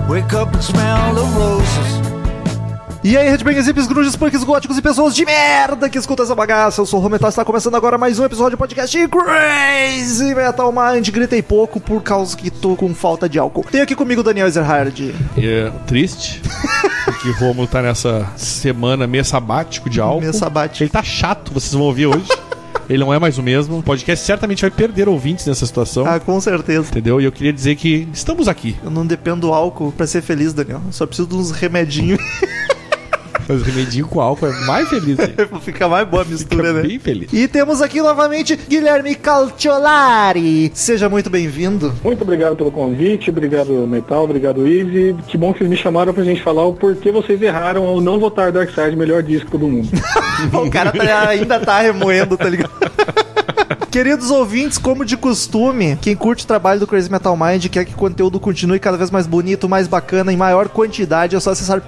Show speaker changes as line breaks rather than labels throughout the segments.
Wake up and smell the roses.
E aí, headbangers, hippies, grunges, punks, góticos e pessoas de merda que escutam essa bagaça. Eu sou o Rometal, está começando agora mais um episódio do podcast Crazy Metal Mind. Gritei pouco por causa que tô com falta de álcool. Tem aqui comigo o Daniel Ezerhard.
Triste, porque o Romulo tá nessa semana meio sabático de álcool.
Meio sabático.
Ele tá chato, vocês vão ouvir hoje. Ele não é mais o mesmo. O podcast certamente vai perder ouvintes nessa situação.
Ah, com certeza.
Entendeu? E eu queria dizer que estamos aqui.
Eu não dependo do álcool pra ser feliz, Daniel. Eu só preciso de uns remedinhos.
Mas remedinho com álcool é mais feliz.
Fica mais boa a mistura, né?
Bem feliz.
E temos aqui novamente Guilherme Calciolari. Seja muito bem-vindo.
Muito obrigado pelo convite, obrigado Metal, obrigado Easy. Que bom que vocês me chamaram pra gente falar o porquê vocês erraram ao não votar Darkseid melhor disco do mundo.
O cara ainda tá remoendo, tá ligado? Queridos ouvintes, como de costume, quem curte o trabalho do Crazy Metal Mind e quer que o conteúdo continue cada vez mais bonito, mais bacana, em maior quantidade, é só acessar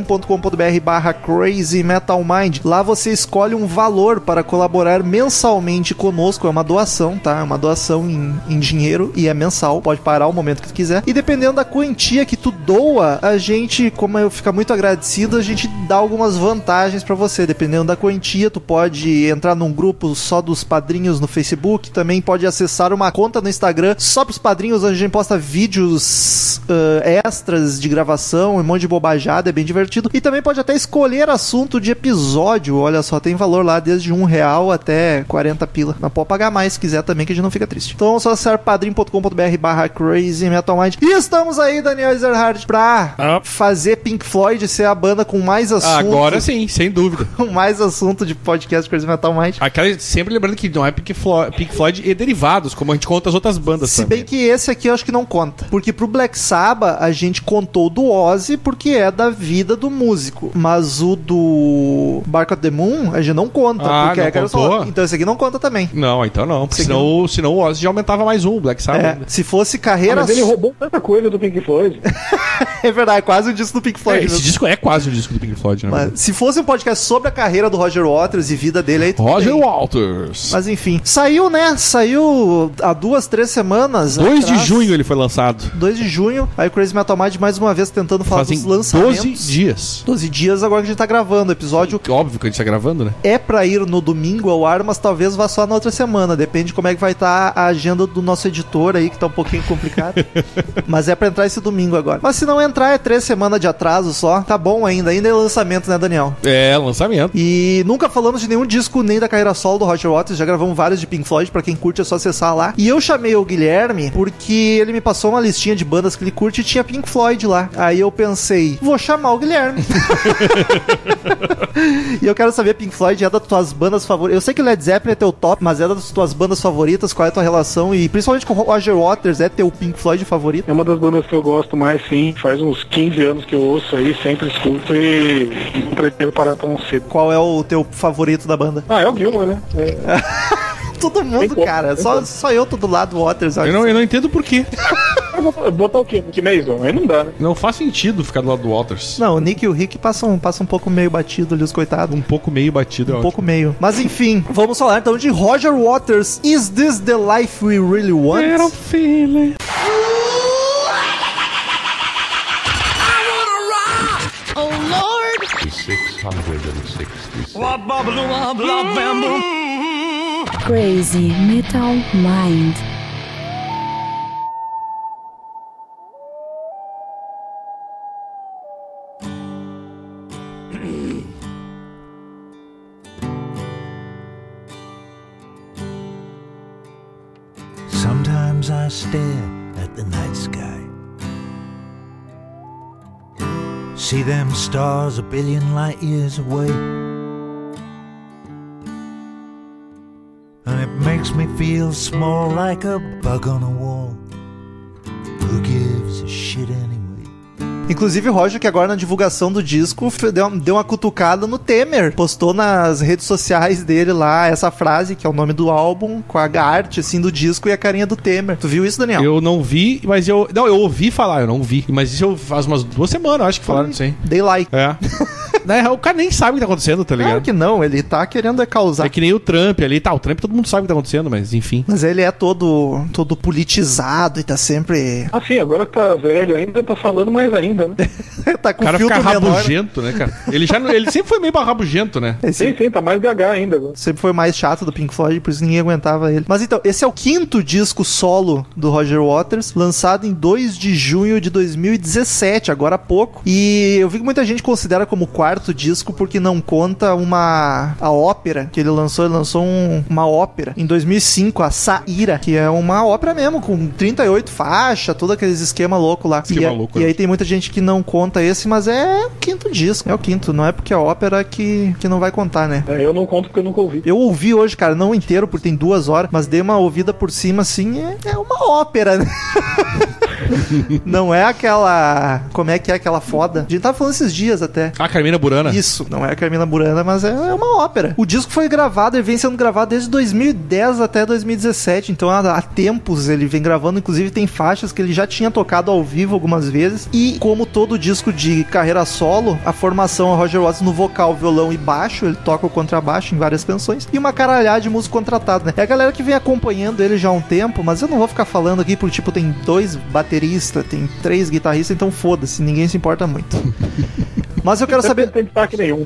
padrim.com.br/Crazy Metal Mind. Lá você escolhe um valor para colaborar mensalmente conosco. É uma doação, tá? É uma doação em dinheiro e é mensal. Pode parar o momento que tu quiser. E dependendo da quantia que tu doa, a gente, como eu fico muito agradecido, a gente dá algumas vantagens pra você. Dependendo da quantia, tu pode entrar num grupo só dos padrinhos no Facebook. Também pode acessar uma conta no Instagram só pros padrinhos, onde a gente posta vídeos extras de gravação, um monte de bobajada, é bem divertido. E também pode até escolher assunto de episódio. Olha só, tem valor lá desde R$1 até 40 pila. Mas pode pagar mais se quiser também, que a gente não fica triste. Então é só acessar padrim.com.br/Crazy Metal Mind. E estamos aí, Daniel Ezerhard, pra fazer Pink Floyd ser a banda com mais assunto.
Agora sim, sem dúvida.
Com mais assunto de podcast Crazy Metal Mind.
Aquela, sempre lembrando que não é Pink Floyd e derivados, como a gente conta as outras bandas.
Se bem que esse aqui eu acho que não conta. Porque pro Black Sabbath a gente contou do Ozzy porque é da vida do músico. Mas o do Bark of the Moon a gente não conta. Porque
não contou?
Então esse aqui não conta também.
Não, então não. Porque senão o Ozzy já aumentava mais um, o Black Sabbath.
Se fosse carreira...
Mas ele roubou tanta coisa do Pink Floyd.
É verdade, é quase um disco do Pink Floyd.
Esse disco é quase um disco do Pink Floyd, né?
Mas, se fosse um podcast sobre a carreira do Roger Waters e vida dele aí...
Roger Waters.
Mas enfim, saiu, né? Saiu há 2-3 semanas
2 de junho ele foi lançado.
2 de junho. Aí o Crazy Metal Mind mais uma vez tentando falar dos lançamentos.
12 dias.
12 dias agora que a gente tá gravando o episódio.
Óbvio que a gente tá gravando, né?
É pra ir no domingo ao ar, mas talvez vá só na outra semana. Depende de como é que vai estar a agenda do nosso editor aí, que tá um pouquinho complicado. Mas é pra entrar esse domingo agora. Mas se não entrar, é 3 semanas de atraso só. Tá bom ainda. Ainda é lançamento, né, Daniel?
É, lançamento.
E nunca falamos de nenhum disco nem da carreira solo do Roger Waters. Já gravamos vários de Pink Floyd. Pra quem curte é só acessar lá. E eu chamei o Guilherme porque ele me passou uma listinha de bandas que ele curte e tinha Pink Floyd lá. Aí eu pensei, vou chamar o Guilherme. E eu quero saber, Pink Floyd é das tuas bandas favoritas? Eu sei que o Led Zeppelin é teu top, mas é das tuas bandas favoritas? Qual é a tua relação? E principalmente com o Roger Waters, é teu Pink Floyd favorito?
É uma das bandas que eu gosto mais, sim. Faz uns 15 anos que eu ouço aí, sempre escuto e não pretendo parar tão cedo.
Qual é o teu favorito da banda?
É o Gilmour, né?
Todo mundo, cara. Só eu tô do lado do Waters.
Eu não entendo por quê.
Botar o quê? Que Mason? Aí não dá, né?
Não faz sentido ficar do lado do Waters.
Não, o Nick e o Rick passam um pouco meio batido ali, os coitados.
Um pouco meio batido,
Um pouco meio. Mas enfim, vamos falar então de Roger Waters. Is this the life we really want?
I don't feel it.
Oh Lord!
666.
Crazy Metal Mind.
Sometimes I stare at the night sky, see them stars a billion light years away, and it makes me feel small like a bug on a wall. Who gives a shit anyway?
Inclusive, o Roger, que agora na divulgação do disco, deu uma cutucada no Temer. Postou nas redes sociais dele lá essa frase, que é o nome do álbum, com a arte, assim, do disco e a carinha do Temer. Tu viu isso, Daniel?
Eu não vi, mas eu... Não, eu ouvi falar, eu não vi. Mas isso faz umas 2 semanas, eu acho que falaram disso aí.
Dei like.
É. O cara nem sabe o que tá acontecendo, tá ligado?
Claro que não, ele tá querendo causar.
É que nem o Trump ali, tá, o Trump todo mundo sabe o que tá acontecendo, mas enfim.
Mas ele é todo politizado e tá sempre...
Ah, sim, agora que tá velho ainda, tá falando mais ainda, né?
tá com
o cara
filtro
fica
menor.
rabugento, né, cara? Ele sempre foi meio rabugento, né?
Sim, tá mais gaga ainda agora.
Sempre foi mais chato do Pink Floyd, por isso ninguém aguentava ele. Mas então, esse é o 5º disco solo do Roger Waters, lançado em 2 de junho de 2017, agora há pouco. E eu vi que muita gente considera como o 4º disco porque não conta a ópera que ele lançou. Ele lançou uma ópera em 2005, a Saíra, que é uma ópera mesmo, com 38 faixas, todo aqueles esquema louco lá. E aí tem muita gente que não conta esse, mas é o 5º disco. É o 5º, não é porque é ópera que não vai contar, né?
Eu não conto porque eu nunca ouvi.
Eu ouvi hoje, cara, não inteiro, porque tem 2 horas, mas dei uma ouvida por cima, assim, é uma ópera, né? Não é aquela... Como é que é aquela foda? A gente tava falando esses dias até.
Ah, Carmina Burana?
Isso, não é a Carmina Burana, mas é uma ópera. O disco foi gravado, ele vem sendo gravado desde 2010 até 2017, então há tempos ele vem gravando, inclusive tem faixas que ele já tinha tocado ao vivo algumas vezes, e como todo disco de carreira solo, a formação é Roger Waters no vocal, violão e baixo, ele toca o contrabaixo em várias canções, e uma caralhada de músico contratado, né? É a galera que vem acompanhando ele já há um tempo, mas eu não vou ficar falando aqui porque, tipo, tem 2 bateristas, tem 3 guitarristas, então foda-se, ninguém se importa muito. Mas eu quero saber...
Não tem destaque nenhum.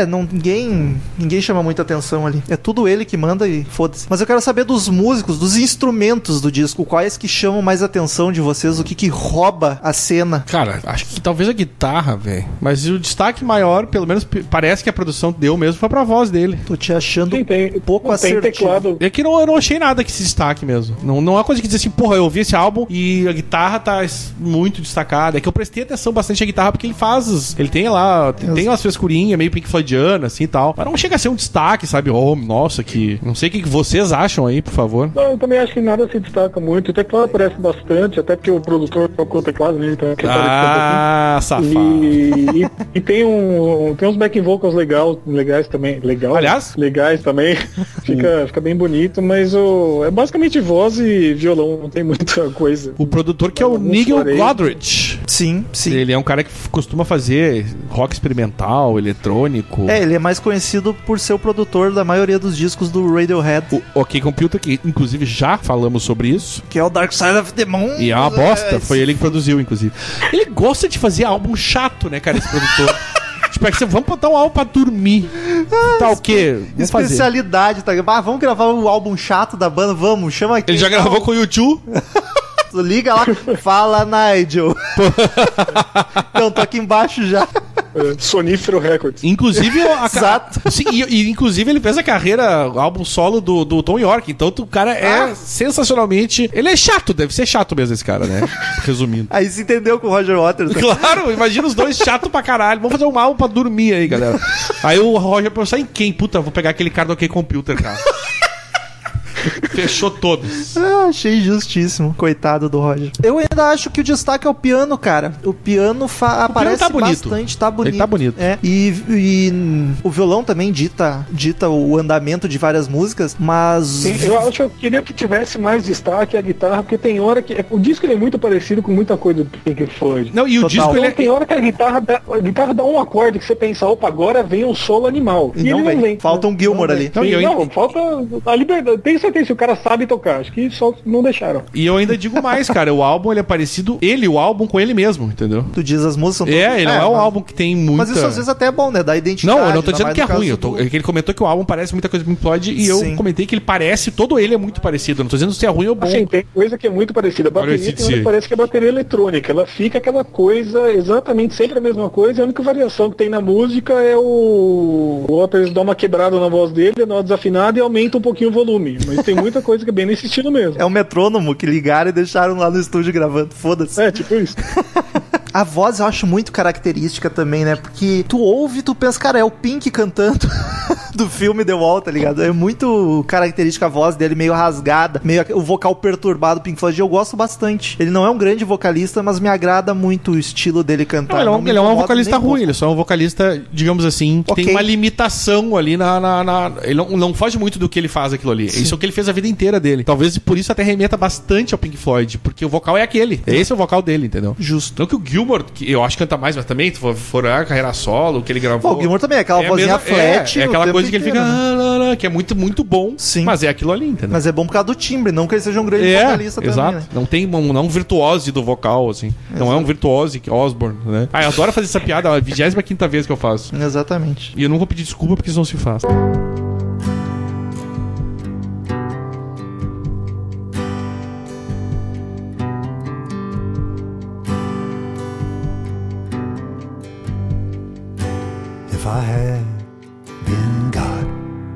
Ninguém chama muita atenção ali. É tudo ele que manda e foda-se. Mas eu quero saber dos músicos, dos instrumentos do disco. Quais que chamam mais atenção de vocês? O que rouba a cena?
Cara, acho que talvez a guitarra, velho. Mas o destaque maior, pelo menos parece que a produção deu mesmo, foi pra voz dele.
Tô te achando pouco
assertivo.
teclado.
É que eu não achei nada que se destaque mesmo. Não é uma coisa que diz assim, porra, eu ouvi esse álbum e a guitarra tá muito destacada. É que eu prestei atenção bastante à guitarra porque ele tem lá, tem umas frescurinhas meio Pink Floydiana, assim e tal. Mas não chega a ser um destaque, sabe? Oh, nossa, que... Não sei o que vocês acham aí, por favor.
Não, eu também acho que nada se destaca muito. O teclado aparece bastante, até porque o produtor tocou o teclado nele, então
safado.
E tem uns backing vocals legais também.
Aliás?
Legais também. Fica bem bonito, mas é basicamente voz e violão, não tem muita coisa.
O produtor que é o Nigel Godrich.
Sim.
Ele é um cara que costuma fazer rock experimental, eletrônico.
Ele é mais conhecido por ser o produtor da maioria dos discos do Radiohead.
O OK Computer, que inclusive já falamos sobre isso.
Que é o Dark Side of the Moon.
E é uma bosta, foi ele que produziu, inclusive. Ele gosta de fazer álbum chato, né, cara, esse produtor. Tipo, é que vamos botar um álbum pra dormir. Tá o quê?
Especialidade, tá? Vamos gravar o álbum chato da banda, vamos, chama aqui.
Ele já gravou com o YouTube?
Liga lá, fala, Nigel. Então, tô aqui embaixo já.
Sonífero Records.
Inclusive,
Exato.
Sim, e inclusive ele fez a carreira, álbum solo do Tom York. Então o cara é sensacionalmente... Ele é chato, deve ser chato mesmo esse cara, né? Resumindo.
Aí se entendeu com o Roger Waters. Né?
Claro, imagina os dois chato pra caralho. Vamos fazer um álbum pra dormir aí, galera. Aí o Roger pensou em quem? Puta, vou pegar aquele cara do OK Computer, cara. Fechou todos.
Achei justíssimo. Coitado do Roger. Eu ainda acho que o destaque é o piano, cara. O piano aparece
tá bonito.
Bastante, tá bonito.
Ele tá bonito.
É. E o violão também dita o andamento de várias músicas, mas...
Sim, eu queria que tivesse mais destaque a guitarra, porque tem hora que... O disco ele é muito parecido com muita coisa do Pink Floyd.
Não, e o disco ele
tem hora que a guitarra dá um acorde que você pensa, opa, agora vem um solo animal.
E não vem. Falta um Gilmour ali.
Não, falta a liberdade. Tenho certeza se o cara sabe tocar. Acho que só não deixaram.
E eu ainda digo mais, cara. O álbum, ele é parecido... o álbum com ele mesmo, entendeu?
Tu diz as músicas...
Ele não é um álbum que tem muita...
Mas isso às vezes até é bom, né? Dá identidade.
Não, eu não tô dizendo que é ruim. Ele comentou que o álbum parece muita coisa do Pink Floyd e eu comentei que ele parece... Todo ele é muito parecido. Eu não tô dizendo se é ruim ou bom.
Assim, tem coisa que é muito parecida. A bateria tem hora que parece que é bateria eletrônica. Ela fica aquela coisa, exatamente sempre a mesma coisa. A única variação que tem na música é o Waters dá uma quebrada na voz dele, é nó desafinado e aumenta um pouquinho o volume. Mas tem muita coisa que é bem nesse estilo mesmo.
É um metrônomo que ligaram e deixaram lá no estúdio gravando. Foda-se.
É, tipo isso.
A voz eu acho muito característica também, né? Porque tu ouve e tu pensa, cara, é o Pink cantando. do filme The Wall, tá ligado? É muito característica a voz dele, meio rasgada, meio o vocal perturbado do Pink Floyd. Eu gosto bastante. Ele não é um grande vocalista, mas me agrada muito o estilo dele cantar.
Não, ele é um vocalista ruim, ele só é um vocalista, digamos assim, que tem uma limitação ali ele não foge muito do que ele faz aquilo ali. Sim. Isso é o que ele fez a vida inteira dele. Talvez por isso até remeta bastante ao Pink Floyd, porque o vocal é aquele. Esse é o vocal dele, entendeu?
Justo.
Não que o Gilmour, que eu acho que canta mais, mas também, se for a carreira solo, o que ele gravou.
O Gilmour também, aquela vozinha flat.
É aquela coisa que ele fica, que é muito, muito bom.
Sim.
Mas é aquilo ali, entendeu?
Mas é bom por causa do timbre, não que ele seja um grande vocalista
exato.
também, né?
Não tem um virtuose do vocal, assim. Exato. Não é um virtuose Osborne, né? Eu adoro fazer essa piada, é a 25ª vez que eu faço.
Exatamente.
E eu não vou pedir desculpa porque isso não se faz.
If I had been God,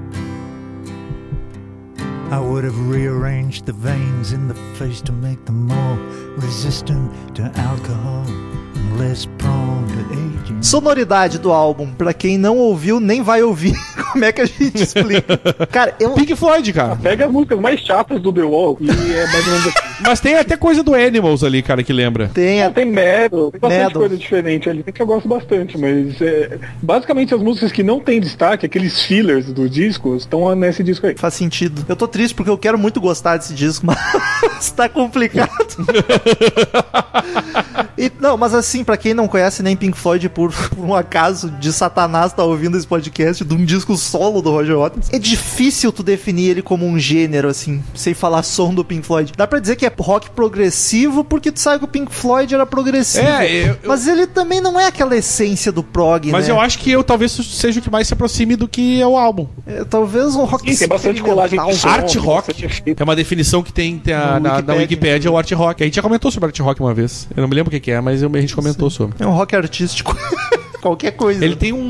I would have rearranged the veins in the face to make them more resistant to alcohol and less prone to aging.
Sonoridade do álbum, pra quem não ouviu, nem vai ouvir. Como é que a gente explica? Cara,
Pink Floyd, cara.
Pega as músicas mais chatas do The Wall e é mais ou menos assim.
Mas tem até coisa do Animals ali, cara, que lembra.
Tem
Metal, tem bastante coisa diferente ali, que eu gosto bastante, mas basicamente as músicas que não tem destaque, aqueles fillers do disco, estão nesse disco aí.
Faz sentido. Eu tô triste porque eu quero muito gostar desse disco, mas tá complicado. Não, mas assim, pra quem não conhece nem Pink Floyd, por um acaso de Satanás tá ouvindo esse podcast de um disco solo do Roger Waters, é difícil tu definir ele como um gênero, assim, sem falar som do Pink Floyd. Dá pra dizer que é rock progressivo, porque tu sabe que o Pink Floyd era progressivo. Mas ele também não é aquela essência do prog,
mas
né?
eu acho que talvez seja o que mais se aproxime do que é o álbum.
Talvez um rock.
Tem bastante colagem de som,
art rock é uma definição que tem na Wikipedia, é o art rock. A gente já comentou sobre art rock uma vez. Eu não me lembro o que é, mas a gente comentou sobre.
É um rock artístico. Qualquer coisa.
Ele tem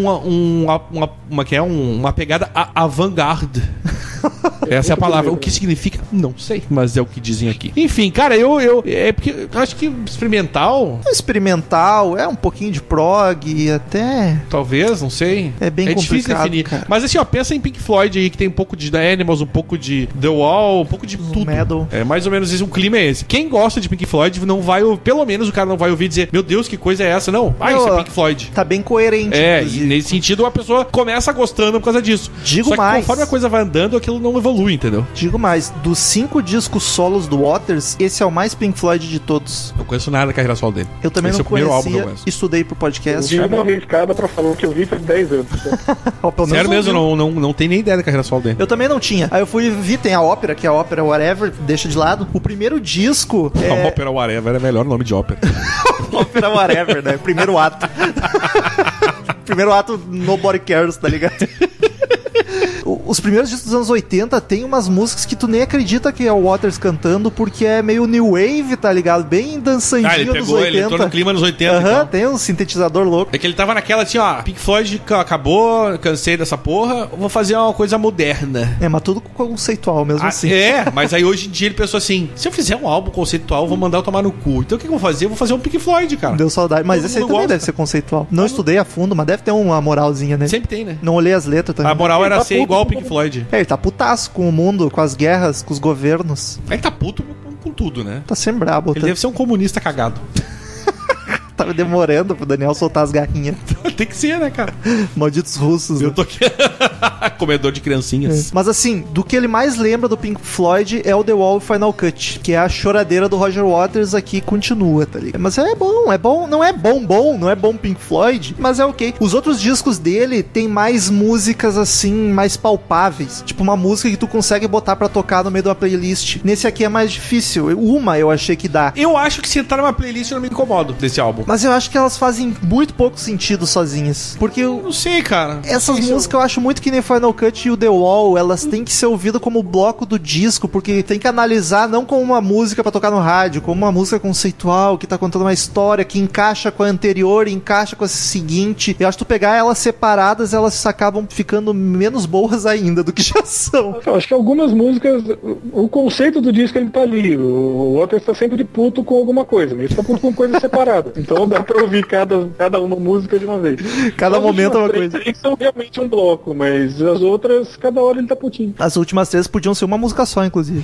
uma pegada avant-garde. Essa é a palavra. O que significa? Não sei, mas é o que dizem aqui. Enfim, cara, é porque eu acho que experimental
é um pouquinho de prog, até
talvez, não sei.
É bem complicado,
difícil definir. Cara. Mas assim, pensa em Pink Floyd aí, que tem um pouco de The Animals, um pouco de The Wall, um pouco de tudo.
Metal.
É mais ou menos esse, o clima é esse. Quem gosta de Pink Floyd não vai, pelo menos o cara não vai ouvir dizer, meu Deus, que coisa é essa? Não, isso é Pink Floyd.
Tá bem coerente.
E nesse sentido a pessoa começa gostando por causa disso.
Digo
Só que
mais,
conforme a coisa vai andando, aquilo não evolui, entendeu?
Digo mais, dos 5 discos solos do Waters, esse é o mais Pink Floyd de todos.
Não conheço nada da carreira solo dele.
Eu também
esse
não conhecia, estudei pro podcast.
Eu vi uma arriscada pra falar o que eu vi faz 10 anos.
Sério mesmo, não tem nem ideia da carreira solo dele.
Eu também não tinha. Aí eu fui ver, tem a ópera, que é a ópera Whatever, deixa de lado. O primeiro disco
A ópera Whatever é melhor nome de ópera.
Ópera Whatever, né? Primeiro ato. Primeiro ato, Nobody Cares, tá ligado? Os primeiros discos dos anos 80 tem umas músicas que tu nem acredita que é o Waters cantando, porque é meio new wave, tá ligado? Bem dançandinho
ele pegou,
dos 80.
Ele entrou no clima nos 80.
Então. Tem um sintetizador louco.
É que ele tava naquela assim, Pink Floyd acabou, cansei dessa porra, vou fazer uma coisa moderna.
Mas tudo conceitual mesmo assim.
Mas aí hoje em dia ele pensou assim, se eu fizer um álbum conceitual, vou mandar eu tomar no cu. Então o que eu vou fazer? Eu vou fazer um Pink Floyd, cara.
Deu saudade. Mas esse aí também deve ser conceitual. Não estudei a fundo, mas deve ter uma moralzinha, né?
Sempre tem, né?
Não olhei as letras também.
A moral era ser igual ao Pink Floyd.
Ele tá putaço com o mundo, com as guerras, com os governos.
Ele tá puto com tudo, né?
Tá sempre brabo.
Ele deve ser um comunista cagado.
Tava demorando pro Daniel soltar as garrinhas.
Tem que ser, né, cara?
Malditos russos.
Eu tô aqui. Comedor de criancinhas.
Mas assim, do que ele mais lembra do Pink Floyd é o The Wall Final Cut, que é a choradeira do Roger Waters aqui, continua, tá ligado? Mas é bom, não é bom Pink Floyd, mas é ok. Os outros discos dele tem mais músicas assim, mais palpáveis, tipo uma música que tu consegue botar pra tocar no meio de uma playlist. Nesse aqui é mais difícil, eu achei que dá.
Eu acho que se entrar numa playlist eu não me incomodo desse álbum.
Mas eu acho que elas fazem muito pouco sentido sozinhas, porque
não sei, cara.
Essas músicas eu acho muito que nem Final Final Cut e o The Wall, elas têm que ser ouvidas como bloco do disco, porque tem que analisar não como uma música pra tocar no rádio, como uma música conceitual, que tá contando uma história, que encaixa com a anterior, encaixa com a seguinte. Eu acho que tu pegar elas separadas, elas acabam ficando menos boas ainda do que já são.
Eu acho que algumas músicas, o conceito do disco ele tá ali, o Waters tá sempre de puto com alguma coisa, mas ele tá puto com coisa separada. Então dá pra ouvir cada uma música de uma vez.
Cada momento é uma coisa.
Eles são realmente um bloco, mas as outras, cada hora ele tá putinho.
As últimas 3 podiam ser uma música só, inclusive.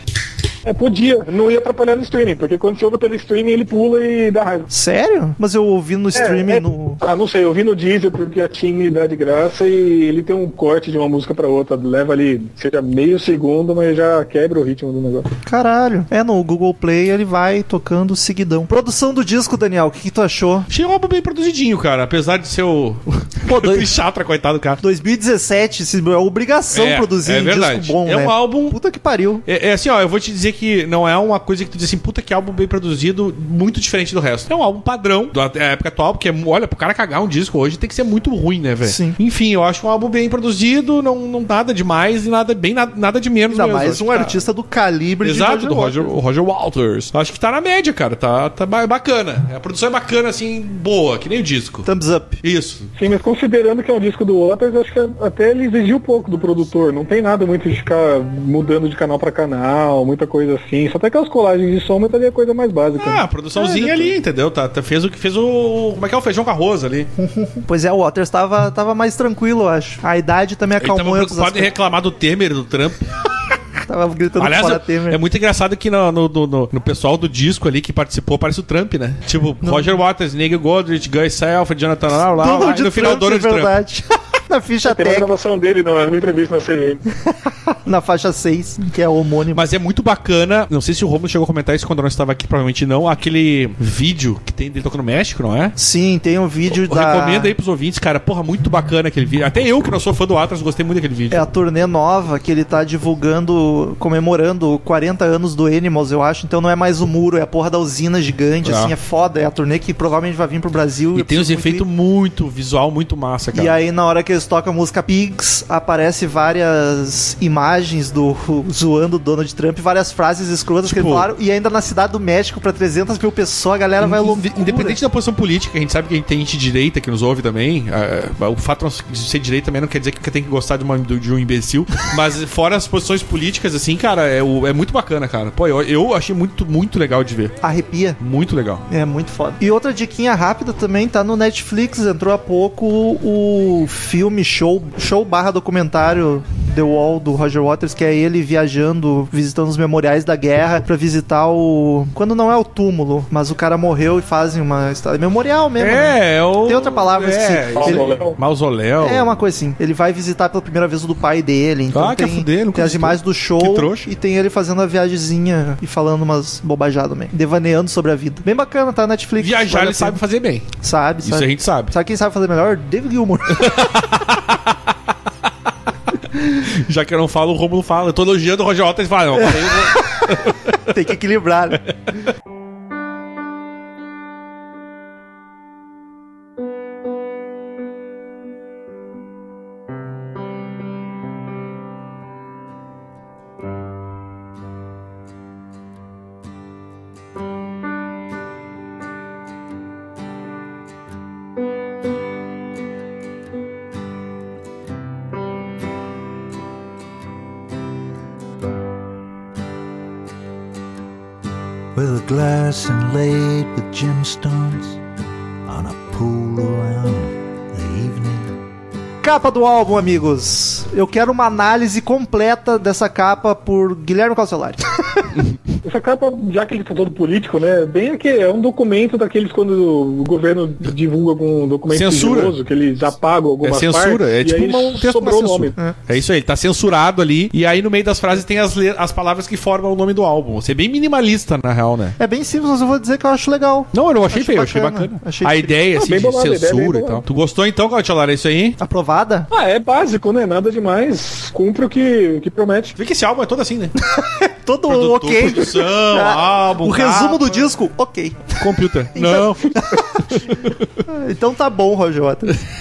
Podia, não ia atrapalhar no streaming, porque quando você ouve pelo streaming ele pula e dá raiva.
Sério? Mas eu ouvi no streaming no...
não sei, eu vi no Deezer porque a Tim dá de graça e ele tem um corte de uma música pra outra, leva ali, seja meio segundo, mas já quebra o ritmo do negócio.
Caralho. No Google Play ele vai tocando seguidão. Produção do disco, Daniel, o que tu achou?
Achei um álbum bem produzidinho, cara, apesar de ser o...
Pô,
Chatra, coitado do cara.
2017, é obrigação produzir um disco bom,
né?
Um álbum...
Puta que pariu. É assim, ó, eu vou te dizer que não é uma coisa que tu diz assim, puta que álbum bem produzido, muito diferente do resto. É um álbum padrão da época atual, porque, olha, pro cara cagar um disco hoje tem que ser muito ruim, né, velho?
Sim.
Enfim, eu acho um álbum bem produzido, não nada demais e nada de menos.
Ainda mais um artista do calibre.
Exato, do Roger Waters. Acho que tá na média, cara, tá bacana. A produção é bacana, assim, boa, que nem o disco.
Thumbs up.
Isso.
Sim, mas considerando que é um disco do Waters, acho que até ele exigiu pouco do produtor. Não tem nada muito de ficar mudando de canal pra canal, muita coisa assim. Só tem aquelas colagens de som, mas ali é a coisa mais básica.
A produçãozinha ali, entendeu? Fez o que fez o... Como é que é o feijão com arroz ali?
Pois é, o Waters tava mais tranquilo, eu acho. A idade também acalmou.
Ele tava preocupado em reclamar do Temer e do Trump.
Tava gritando.
Aliás,
fora Temer.
É muito engraçado que no pessoal do disco ali que participou aparece o Trump, né? Tipo, Roger Waters, Nigel Godrich, Guy Self, Jonathan lá, e no final Donald Trump.
Verdade. Na ficha
tem
técnica.
Tem uma gravação dele numa entrevista na CNN.
Na faixa 6, que é o homônimo.
Mas é muito bacana, não sei se o Romulo chegou a comentar isso quando eu não estava aqui, provavelmente não, aquele vídeo que tem dele tocando no México, não é?
Sim, tem um vídeo
eu recomendo aí pros ouvintes, cara, porra, muito bacana aquele vídeo. Até eu, que não sou fã do Atlas, gostei muito daquele vídeo.
É a turnê nova que ele tá divulgando, comemorando 40 anos do Animals, eu acho, então não é mais o muro, é a porra da usina gigante, assim, é foda, é a turnê que provavelmente vai vir pro Brasil.
E tem uns efeitos muito visual, muito massa, cara.
E aí, na hora que eles tocam a música Pigs, aparece várias imagens do zoando o Donald Trump, várias frases escrotas que ele falaram, e ainda na cidade do México, pra 300 mil pessoas, a galera vai loucura.
Independente da posição política, a gente sabe que a gente tem gente de direita que nos ouve também, o fato de ser direita também não quer dizer que tem que gostar de um imbecil, mas fora as posições políticas, assim, cara, é muito bacana, cara. Pô, eu achei muito, muito legal de ver.
Arrepia.
Muito legal.
É, muito foda. E outra diquinha rápida também, tá no Netflix, entrou há pouco o filme show / documentário The Wall, do Roger Waters, que é ele viajando, visitando os memoriais da guerra pra visitar quando não é o túmulo, mas o cara morreu e fazem uma história memorial mesmo.
Né?
Tem outra palavra,
Mausoléu.
É uma coisa assim. Ele vai visitar pela primeira vez o do pai dele, então tem as imagens do show e tem ele fazendo a viagemzinha e falando umas bobajadas também, devaneando sobre a vida. Bem bacana, tá na Netflix.
Viajar ele sabe fazer bem.
Sabe.
Isso a gente sabe.
Sabe quem sabe fazer melhor? David Gilmour.
Já que eu não falo, o Romulo fala. Eu tô elogiando o Roger Waters e fala, não.
Tem que equilibrar, né?
With a glass inlaid with gemstones on a pool around the evening.
Capa do álbum, amigos. Eu quero uma análise completa dessa capa por Guilherme Calcelari.
Essa capa, já que ele tá todo político, né? Bem que é um documento daqueles quando o governo divulga algum documento sigiloso, que eles apagam algumas partes.
É censura, é tipo
um texto sobrou o nome.
É isso aí, tá censurado ali. E aí no meio das frases tem as palavras que formam o nome do álbum. Você é bem minimalista, na real, né?
É bem simples, mas eu vou dizer que eu acho legal.
Não, eu não achei feio, eu achei bacana. A ideia, assim, de censura e tal. Tu gostou então, Calcelari, é isso aí?
Aprovada?
É básico, né? Nada demais. Cumpre o que promete.
Vê que esse álbum é todo assim, né?
Todo
Produtor,
ok.
Produção, álbum,
o resumo do disco, ok.
Computer. Não.
Então tá bom, Roger Waters.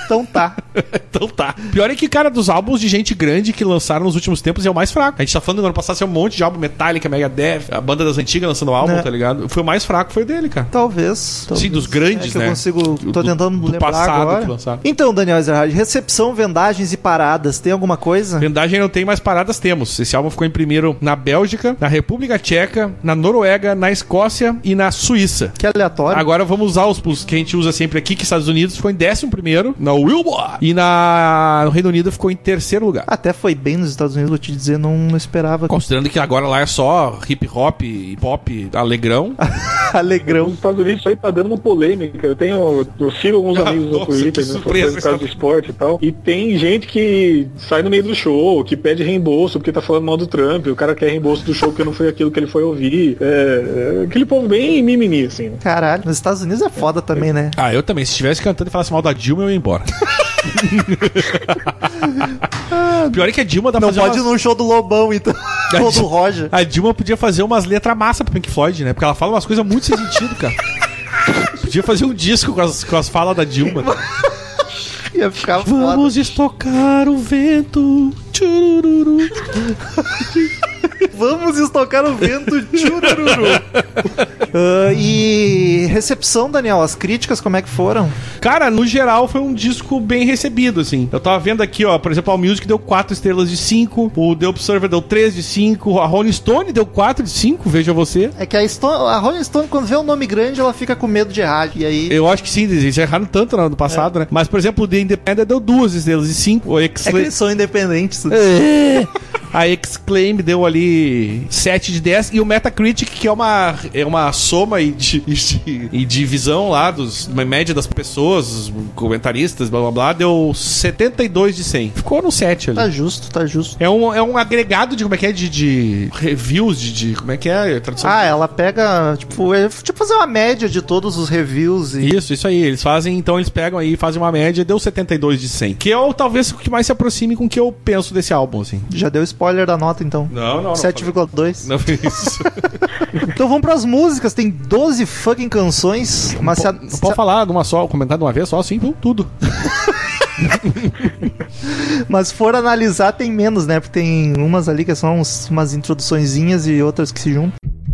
Então tá.
Então tá. Pior é que, cara, dos álbuns de gente grande que lançaram nos últimos tempos é o mais fraco. A gente tá falando do ano passado, um monte de álbum Metallica, Megadeth, a banda das antigas lançando álbum, tá ligado? Foi o mais fraco, foi o dele, cara.
Talvez.
Sim, dos grandes,
que
né?
Eu consigo. Tô tentando
do
lembrar
passado
agora.
que lançaram.
Então, Daniel Ezerhard, recepção, vendagens e paradas, tem alguma coisa?
Vendagem não tem, mais paradas temos. Esse álbum ficou em primeiro na Bélgica, na República Tcheca, na Noruega, na Escócia e na Suíça.
Que aleatório.
Agora vamos usar os que a gente usa sempre aqui, que Estados Unidos ficou em 11º, na Billboard. E no Reino Unido ficou em 3º lugar.
Até foi bem nos Estados Unidos, vou te dizer, não esperava.
Considerando que agora lá é só hip hop e pop alegrão.
Alegrão.
Nos Estados Unidos isso aí tá dando uma polêmica. Eu sigo alguns amigos no Twitter, né, por causa do esporte e tal. E tem gente que sai no meio do show, que pede reembolso porque tá falando mal do Trump. O cara quer reembolso do show porque não foi aquilo que ele foi ouvir. Aquele povo bem mimimi, assim. Né?
Caralho, nos Estados Unidos é foda também, né?
Ah, eu também. Se estivesse cantando e falasse mal da Dilma, eu ia embora. Pior é que a Dilma dá pra fazer
pode ir no show do Lobão, então. Ou do Roger.
A Dilma podia fazer umas letras massa pro Pink Floyd, né? Porque ela fala umas coisas muito sem sentido, cara. Podia fazer um disco com as falas da Dilma.
Ia ficar foda.
Vamos estocar o vento. Tchurururu.
Vamos estocar o vento. Tchurururu. E recepção, Daniel, as críticas como é que foram?
Cara, no geral foi um disco bem recebido, assim. Eu tava vendo aqui, ó, por exemplo, a AllMusic deu 4 estrelas de 5, o The Observer deu 3 de 5, a Rolling Stone deu 4 de 5, veja você.
É que a Rolling Stone, quando vê um nome grande, ela fica com medo de errar, e aí...
Eu acho que sim, eles erraram tanto no ano passado, né? Mas, por exemplo, o The Independent deu 2 estrelas de 5.
É que eles são independentes.
A Exclaim deu ali 7 de 10. E o Metacritic, que é uma soma e divisão lá uma média das pessoas, os comentaristas, blá blá blá, deu 72 de 100. Ficou no 7 ali.
Tá justo.
É um agregado de como é que é, de reviews, de como é que é a tradução.
Ela pega, tipo fazer uma média de todos os reviews.
Isso aí. Eles fazem, então eles pegam aí e fazem uma média, deu 72 de 100. Que é talvez o que mais se aproxime com o que eu penso desse álbum, assim.
Já deu spoiler da nota, então.
Não.
7,2.
Não fiz isso.
Então vamos pras músicas. Tem 12 fucking canções. Mas
não pode falar de uma só, comentar de uma vez só, assim, tudo.
Mas se for analisar, tem menos, né? Porque tem umas ali que são umas introduçõezinhas e outras que se juntam.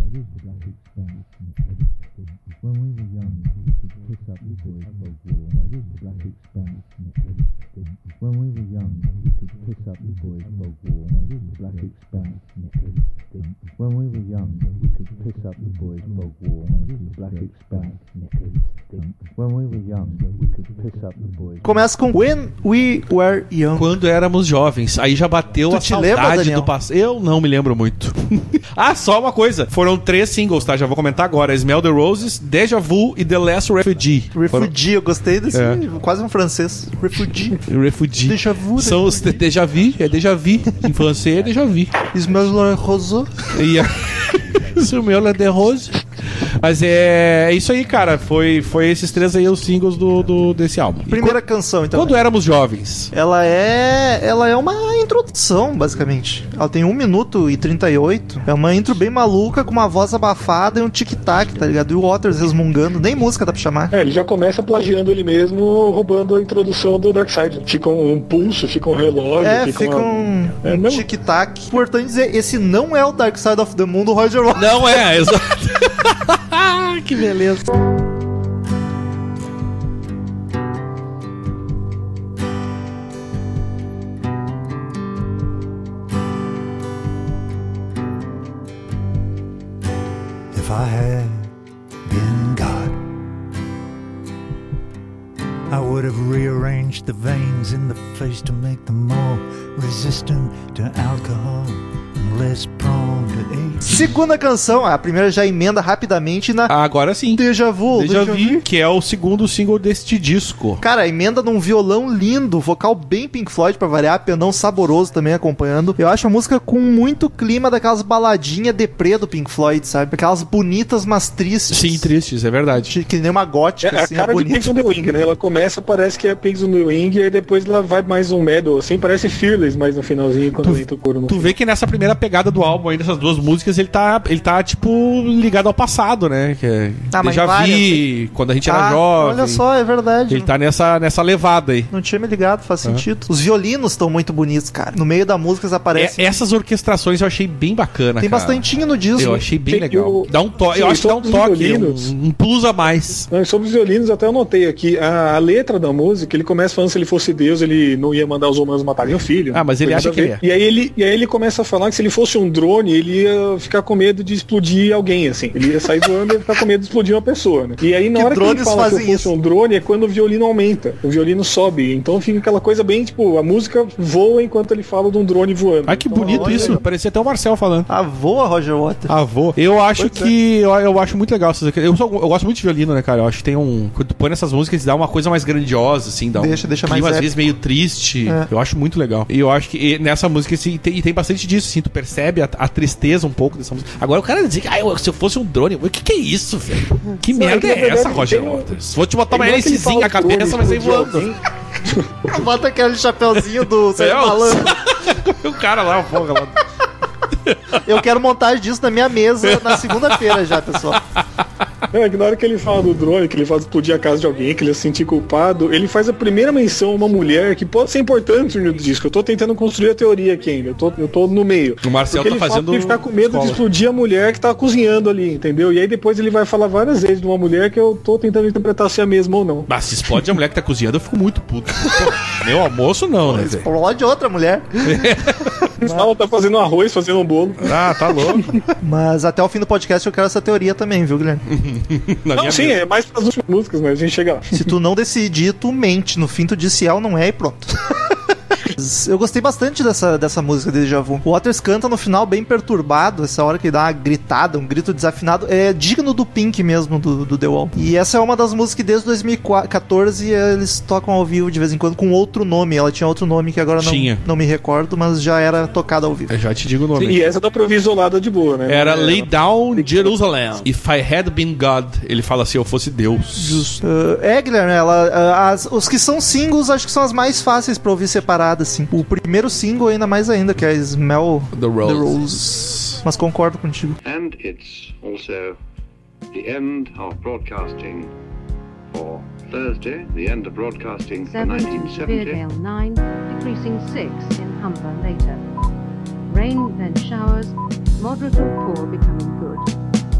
Começa com When We Were Young.
Quando éramos jovens. Aí já bateu a saudade do passado. Eu não me lembro muito. Só uma coisa. Foram 3 singles, tá? Já vou comentar agora. Smell the Roses, Deja Vu e The Last Refugee.
Eu gostei desse. Quase um francês. Refugee. Deja Vu.
São os Deja Vu. É Deja Vu. Em francês é Deja Vu.
Smell the Rose.
Smell the Rose. Mas é isso aí, cara. Foi esses 3 aí os singles desse álbum.
Primeira canção, então.
Quando éramos jovens.
Ela é uma introdução, basicamente. Ela tem 1 minuto e 38. É uma intro bem maluca, com uma voz abafada e um tic-tac, tá ligado? E o Waters resmungando. Nem música dá pra chamar.
Ele já começa plagiando ele mesmo, roubando a introdução do Darkseid. Fica um pulso, fica um relógio.
Fica um tic-tac. Importante dizer, esse não é o Dark Side of the Moon do Roger Waters.
Não é, exato.
Que beleza.
If I had been God, I would have rearranged the veins in the face to make them more resistant to alcohol and less prone to AIDS.
Segunda canção, a primeira já emenda rapidamente na
Agora sim.
Deja Vu,
que é o segundo single deste disco.
Cara, emenda num violão lindo, vocal bem Pink Floyd pra variar, pianão saboroso também acompanhando. Eu acho a música com muito clima daquelas baladinhas deprê do Pink Floyd, sabe? Aquelas bonitas, mas tristes.
Sim, tristes, é verdade.
Que nem uma gótica, assim,
a cara de Pigs on the Wing, né? Ela começa, parece que é Pigs on the Wing, e aí depois ela vai mais um metal, assim, parece Fearless, mais no finalzinho, quando entra o coro no
Tu vê que nessa primeira pegada do álbum aí, dessas duas músicas, músicas ele tá tipo, ligado ao passado, né? Que é
mas
Déjà
várias,
Vu, quando a gente era jovem.
Olha só, é verdade.
Ele tá nessa levada aí.
Não tinha me ligado, faz sentido. Os violinos estão muito bonitos, cara. No meio da música eles aparecem.
Essas orquestrações eu achei bem bacana,
Tem
cara.
bastantinho no disco.
Eu achei bem
Tem
legal. Dá um toque.
Sim,
Eu acho que dá um toque,
violinos.
um plus a mais.
Não, sobre os violinos, até eu notei aqui, a letra da música, ele começa falando que se ele fosse Deus, ele não ia mandar os humanos matarem o filho.
Ah, mas ele acha que ele é.
E aí ele começa a falar que se ele fosse um drone, ele ia ficar com medo de explodir alguém, assim. Ele ia sair voando e ia ficar com medo de explodir uma pessoa, né? E aí na hora que ele fala que fosse um drone, é quando o violino aumenta, o violino sobe. Então fica aquela coisa bem, tipo, a música voa enquanto ele fala de um drone voando.
Ai, que
então,
bonito isso. Legal. Parecia até o Marcel falando.
Voa, Roger Waters.
Voa. Eu acho que... Eu acho muito legal. Eu gosto muito de violino, né, cara? Eu acho que tem um... Quando tu põe nessas músicas, dá uma coisa mais grandiosa, assim. Dá
deixa
clima,
mais
às vezes, meio triste. Eu acho muito legal. E eu acho que nessa música, assim, tem bastante disso, assim. Tu percebe a tristeza um pouco dessa música. Agora o cara dizer que se eu fosse um drone... O que é isso, velho? Que merda é essa, Roger Waters? Vou te botar uma hélicezinha na cabeça, mas aí voando.
Bota aquele chapeuzinho do Sérgio Malandro.
O cara lá, porra lá.
Eu quero montagem disso na minha mesa na segunda-feira já, pessoal.
É que na hora que ele fala do drone, que ele faz explodir a casa de alguém, que ele se sentir culpado, ele faz a primeira menção a uma mulher que pode ser importante no disco. Eu tô tentando construir a teoria aqui ainda. Eu tô no meio.
O Marcel
tá fazendo. Ele ficar com medo de explodir a mulher que tá cozinhando ali, entendeu? E aí depois ele vai falar várias vezes de uma mulher que eu tô tentando interpretar se é a mesma ou não.
Mas se explode a mulher que tá cozinhando, eu fico muito puto. Pô, meu almoço não, né?
Explode outra mulher.
Ela tá fazendo arroz, fazendo um bolo.
Ah, tá louco.
Mas até o fim do podcast eu quero essa teoria também, viu, Guilherme?
Não, sim, é mais pras últimas músicas, mas a gente chega lá.
Se tu não decidir, tu mente. No fim tu disse não é e pronto. Eu gostei bastante dessa música de Déjà Vu. O Waters canta no final bem perturbado, essa hora que ele dá uma gritada, um grito desafinado. É digno do Pink mesmo, do The Wall. E essa é uma das músicas que desde 2014 eles tocam ao vivo de vez em quando com outro nome. Ela tinha outro nome que agora não me recordo, mas já era tocada ao vivo.
Eu já te digo o nome.
E essa dá pra ouvir isolada de boa, né?
Era Lay Down Jerusalem. If I had been God. Ele fala assim, eu fosse Deus.
Justo. Guilherme, os que são singles acho que são as mais fáceis pra ouvir separadas, assim. O primeiro single ainda, que é Smell
the Roses.
Mas concordo contigo.
And it's also the end of broadcasting for Thursday, the end of broadcasting for
7 in
1970.
Speardale 9, decreasing 6 in Humber later. Rain, then showers, moderate or poor, becoming good.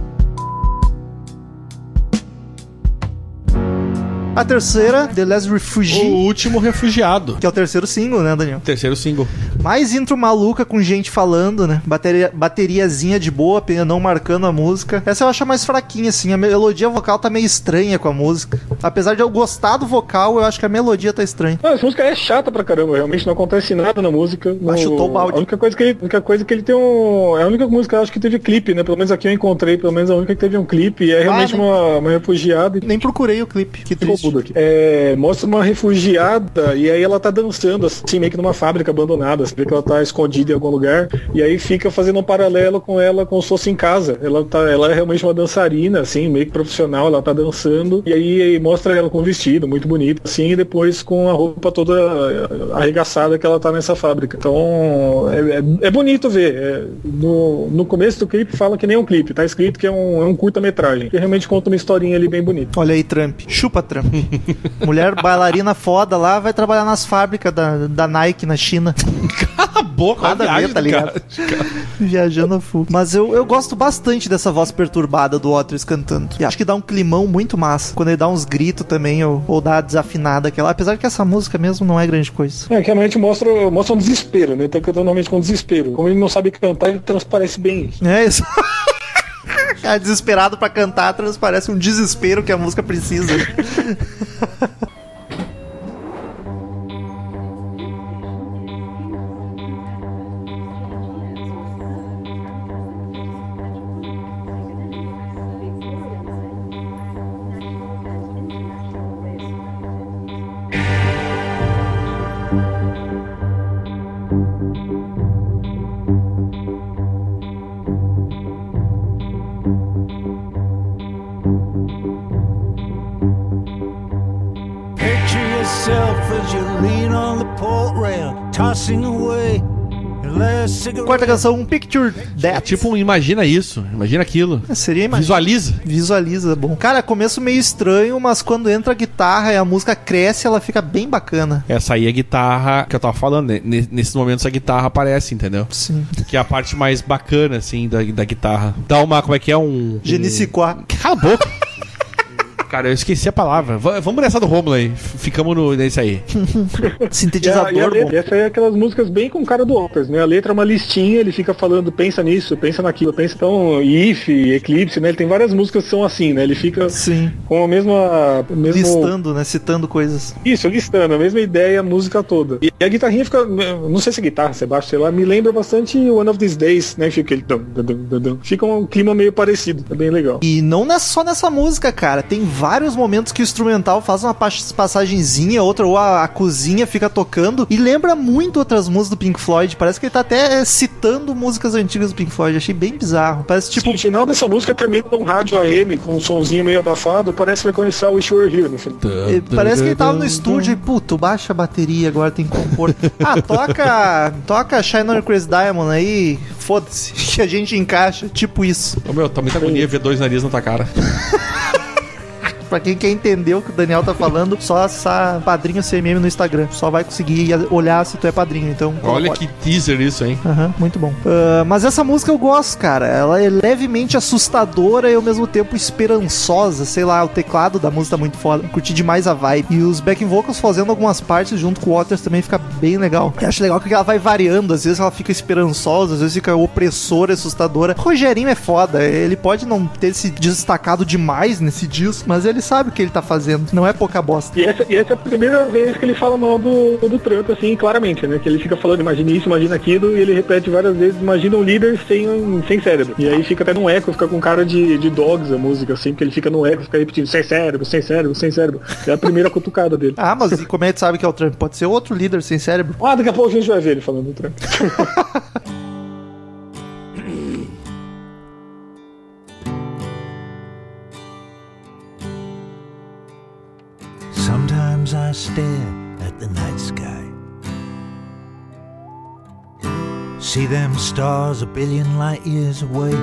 A terceira, The Last Refugee.
O último refugiado.
Que é o terceiro single, né, Daniel?
Terceiro single.
Mais intro maluca com gente falando, né? Bateriazinha de boa, não marcando a música. Essa eu acho a mais fraquinha, assim. A melodia vocal tá meio estranha com a música. Apesar de eu gostar do vocal, eu acho que a melodia tá estranha.
Essa música é chata pra caramba, realmente não acontece nada na música.
Chutou o balde.
A única coisa que ele tem é a única música, acho que teve clipe, né? Pelo menos aqui eu encontrei, pelo menos a única que teve um clipe. E é realmente uma refugiada.
Nem procurei o clipe, que triste.
Aqui. Mostra uma refugiada e aí ela tá dançando assim, meio que numa fábrica abandonada. Você vê que ela tá escondida em algum lugar e aí fica fazendo um paralelo com ela como se fosse em casa. Ela é realmente uma dançarina, assim, meio que profissional, ela tá dançando e aí mostra ela com um vestido muito bonito, assim, e depois com a roupa toda arregaçada que ela tá nessa fábrica. Então é bonito ver. No começo do clipe fala que nem um clipe, tá escrito que é um curta-metragem, que realmente conta uma historinha ali bem bonita.
Olha aí, Trump. Chupa, Trump. Mulher bailarina foda lá, vai trabalhar nas fábricas da Nike na China.
Cala a boca,
nada a ver, tá ligado? Viajando a full. Mas eu gosto bastante dessa voz perturbada do Waters cantando. E acho que dá um climão muito massa. Quando ele dá uns gritos também, ou dá a desafinada aquela. Apesar que essa música mesmo não é grande coisa.
Que realmente mostra um desespero, né? Ele tá cantando normalmente com desespero. Como ele não sabe cantar, ele transparece bem.
É isso. Desesperado pra cantar, transparece um desespero que a música precisa.
As you lean on the port rail, tossing away
Quarta canção, Picture That.
Tipo, imagina isso, imagina aquilo.
Seria Visualiza, bom. Cara, começo meio estranho, mas quando entra a guitarra e a música cresce, ela fica bem bacana.
Essa aí é a guitarra que eu tava falando, né? Nesses momentos a guitarra aparece, entendeu?
Sim.
Que é a parte mais bacana, assim, da guitarra. Dá uma, como é que é?
Je ne sais quoi.
Cala a boca. Cara, eu esqueci a palavra. Vamos nessa do Romulo aí. Ficamos nesse aí.
Sintetizador.
Bom. Essa é aquelas músicas bem com cara do Waters, né? A letra é uma listinha, ele fica falando, pensa nisso, pensa naquilo, pensa então, If, Eclipse, né? Ele tem várias músicas que são assim, né? Ele fica com a mesma...
Listando, né? Citando coisas.
Isso, listando, a mesma ideia, a música toda. E a guitarrinha fica, não sei se é guitarra, se é baixo, sei lá, me lembra bastante One of These Days, né? Fica aquele... Fica um clima meio parecido, é bem legal.
E não é só nessa música, cara. Tem vários momentos que o instrumental faz uma passagenzinha, outra, ou a cozinha fica tocando, e lembra muito outras músicas do Pink Floyd. Parece que ele tá até citando músicas antigas do Pink Floyd. Achei bem bizarro. Parece tipo...
Sim, o final dessa música termina num rádio AM, com um sonzinho meio abafado, parece que vai começar o Wish You Were Here no final.
Parece que ele tava no estúdio e, puto, baixa a bateria, agora tem que compor. Toca Shine on Crazy Diamond aí, foda-se, que a gente encaixa, tipo isso.
Ô meu, tá muita agonia ver dois narizes na tua cara.
Pra quem quer entender o que o Daniel tá falando, só acessar Padrinho CMM no Instagram. Só vai conseguir olhar se tu é padrinho, então...
Olha que teaser isso, hein?
Muito bom. Mas essa música eu gosto, cara. Ela é levemente assustadora e ao mesmo tempo esperançosa. Sei lá, o teclado da música tá muito foda. Curti demais a vibe. E os backing vocals fazendo algumas partes junto com o Waters também fica bem legal. Eu acho legal que ela vai variando. Às vezes ela fica esperançosa, às vezes fica opressora, assustadora. Rogerinho é foda. Ele pode não ter se destacado demais nesse disco, mas ele sabe o que ele tá fazendo, não é pouca bosta.
E essa é a primeira vez que ele fala mal do Trump, assim, claramente, né? Que ele fica falando, imagina isso, imagina aquilo, e ele repete várias vezes, imagina um líder sem cérebro. E aí fica até num eco, fica com cara de Dogs a música, assim, porque ele fica no eco, fica repetindo, sem cérebro, sem cérebro, sem cérebro. É a primeira cutucada dele.
Mas e como é que sabe que é o Trump? Pode ser outro líder sem cérebro.
Daqui a pouco a gente vai ver ele falando do Trump.
Sometimes I stare at the night sky, see them stars a billion light years away,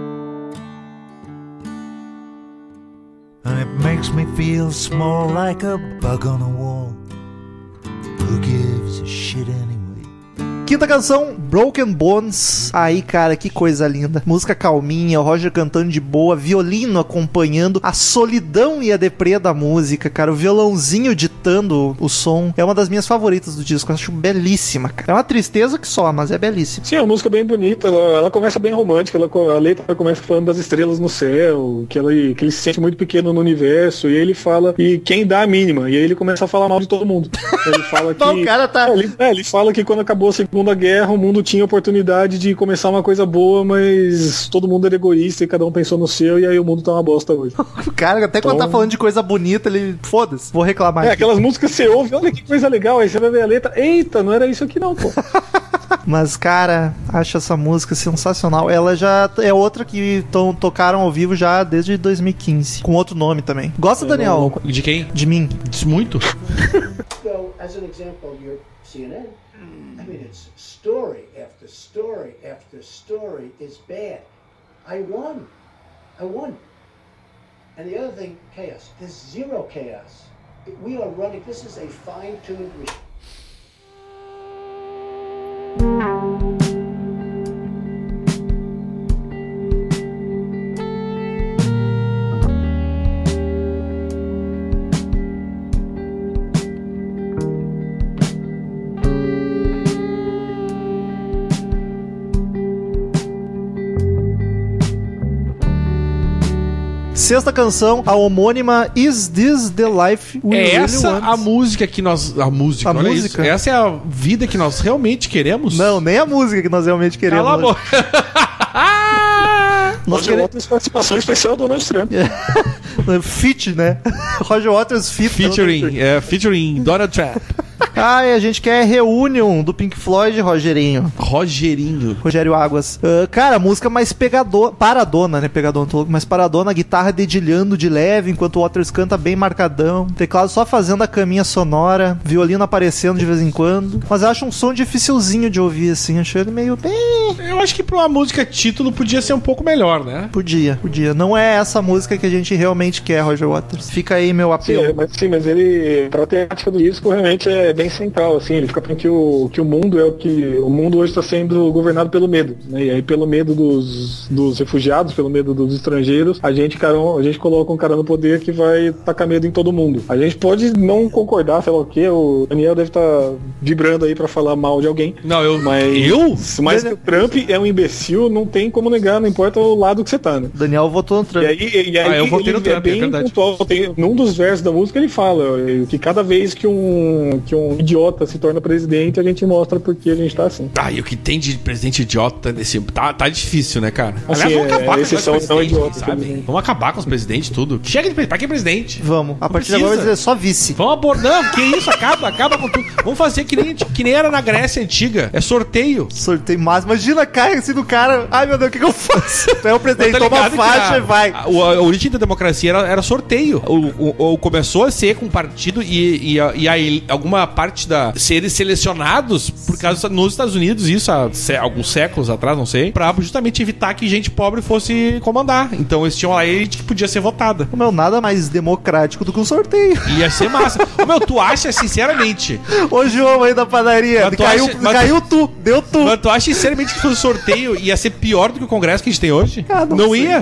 and it makes me feel small like a bug on a wall. Who gives a shit anyway?
Quinta canção, Broken Bones. Aí, cara, que coisa linda. Música calminha, o Roger cantando de boa, violino acompanhando, a solidão e a deprê da música, cara. O violãozinho ditando o som. É uma das minhas favoritas do disco. Eu acho belíssima, cara. É uma tristeza que só, mas é belíssima.
Sim, é uma música bem bonita. Ela começa bem romântica. A letra começa falando das estrelas no céu, que ele se sente muito pequeno no universo. E aí ele fala, e quem dá a mínima? E aí ele começa a falar mal de todo mundo. Ele fala que...
o cara tá...
ele fala que quando acabou a Segunda Guerra, o mundo tinha oportunidade de começar uma coisa boa, mas todo mundo era egoísta e cada um pensou no seu, e aí o mundo tá uma bosta hoje.
O cara, até quando tá falando de coisa bonita, ele, foda-se, vou reclamar aqui.
Aquelas músicas que você ouve, olha que coisa legal, aí você vai ver a letra, eita, não era isso aqui não, pô.
Mas, cara, acho essa música sensacional. Ela já é outra que tocaram ao vivo já desde 2015, com outro nome também. Gosta, Daniel?
De quem?
De mim.
Diz muito.
So, as an example, your CNN, I mean, it's story after story after story is bad. I won. And the other thing, chaos. There's zero chaos. We are running, this is a fine-tuned machine.
Sexta canção, a homônima Is This the Life We Really
Essa
Want?
a música que nós... A música, olha isso. Essa é a vida que nós realmente queremos?
Não, nem a música que nós realmente queremos.
Cala a boca.
Roger Waters participação especial do Donald Trump.
Feat, né? Roger Waters featuring
Donald Trump.
Ah, e a gente quer Reunion do Pink Floyd, Rogerinho. Rogério Águas. Cara, música mais paradona, né? Pegadona, tô louco, mais paradona, guitarra dedilhando de leve, enquanto o Waters canta bem marcadão. Teclado só fazendo a caminha sonora, violino aparecendo de vez em quando. Mas eu acho um som dificilzinho de ouvir, assim. Achei ele meio bem...
Eu acho que pra uma música título podia ser um pouco melhor, né?
Podia. Não é essa música que a gente realmente quer, Roger Waters. Fica aí meu apelo.
Mas ele, pra temática do disco, realmente é bem central, assim. Ele fica falando que o mundo é o mundo hoje está sendo governado pelo medo, né? E aí pelo medo dos refugiados, pelo medo dos estrangeiros, a gente coloca um cara no poder que vai tacar medo em todo mundo. A gente pode não concordar, sei lá o que, o Daniel deve estar vibrando aí pra falar mal de alguém.
Não,
Mas que o Trump é um imbecil, não tem como negar, não importa o lado que você tá, né?
Daniel votou no Trump.
E aí
eu votei no Trump, é verdade.
Pontual. Num dos versos da música ele fala que cada vez que um idiota se torna presidente, a gente mostra porque a gente tá assim.
E o que tem de presidente idiota nesse... Tá difícil, né, cara?
Assim,
Aliás, vamos acabar com os
não
presidentes, sabe? Vamos acabar com os presidentes, tudo. Chega de presidente. Pra que presidente?
Vamos. A partir de agora vai dizer só vice.
Vamos abordar. Não, que isso? Acaba com tudo. Vamos fazer que nem era na Grécia Antiga. É sorteio.
Sorteio máximo. Imagina, cai assim no cara. Ai, meu Deus, o que eu faço? Então o presidente toma a faixa e vai.
A origem da democracia era sorteio. Começou a ser com um partido e aí alguma parte da seres selecionados por causa nos Estados Unidos, isso há alguns séculos atrás, não sei, pra justamente evitar que gente pobre fosse comandar. Então eles tinham lá elite que podia ser votada.
Nada mais democrático do que um sorteio.
Ia ser massa. Tu acha sinceramente?
Ô, João aí da padaria, caiu tu, deu tu.
Mas tu acha sinceramente que o sorteio ia ser pior do que o Congresso que a gente tem hoje? Não ia.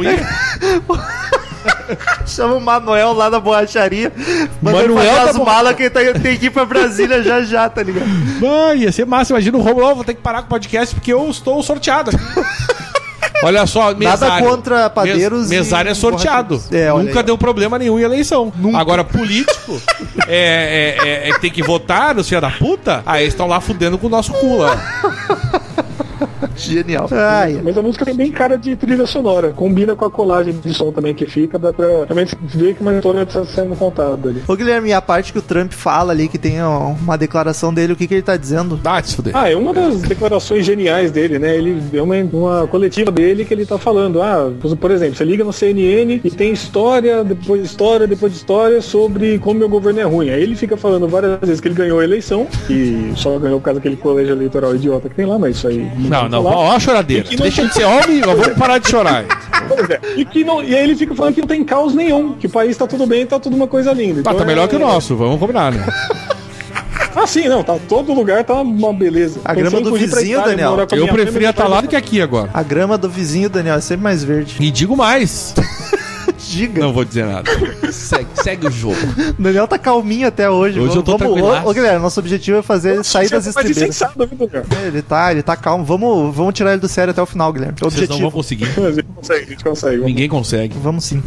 Chama o Manuel lá da borracharia.
Manuel
as malas que tem que ir pra Brasília já, tá ligado?
Ia ser massa. Imagina o Romulo, vou ter que parar com o podcast porque eu estou sorteado. Olha só, mesário.
Nada contra padeiros.
Mesário é sorteado. Nunca deu problema nenhum em eleição. Nunca. Agora, político tem que votar, os filhos da puta. Aí eles estão lá fudendo com o nosso cu lá.
Genial.
Mas a música tem bem cara de trilha sonora. Combina com a colagem de som também que fica. Dá pra também ver que uma história está sendo contada ali.
Ô, Guilherme, e a parte que o Trump fala ali, que tem uma declaração dele, o que ele tá dizendo?
Se fuder.
É uma das declarações geniais dele, né? Ele é uma coletiva dele que ele tá falando. Por exemplo, você liga no CNN e tem história depois de história sobre como meu governo é ruim. Aí ele fica falando várias vezes que ele ganhou a eleição e só ganhou por causa daquele colégio eleitoral idiota que tem lá, mas isso aí...
Não, ó a choradeira. Deixa de ser homem, vamos parar de chorar.
E aí ele fica falando que não tem caos nenhum, que o país tá tudo bem, tá tudo uma coisa linda.
Então tá melhor que o nosso, vamos combinar, né?
Sim, não, todo lugar tá uma beleza.
A grama do vizinho, Daniel.
Eu preferia estar lá do que aqui agora.
A grama do vizinho, Daniel, é sempre mais verde.
E digo mais.
Diga.
Não vou dizer nada. Segue o jogo.
O Daniel tá calminho até hoje.
Hoje eu tô tranquilo.
Ô, Guilherme, nosso objetivo é fazer ele sair das estribeiras. Ele tá calmo. Vamos tirar ele do sério até o final, Guilherme.
Vocês não vão conseguir.
A gente consegue.
Ninguém consegue.
Vamos sim.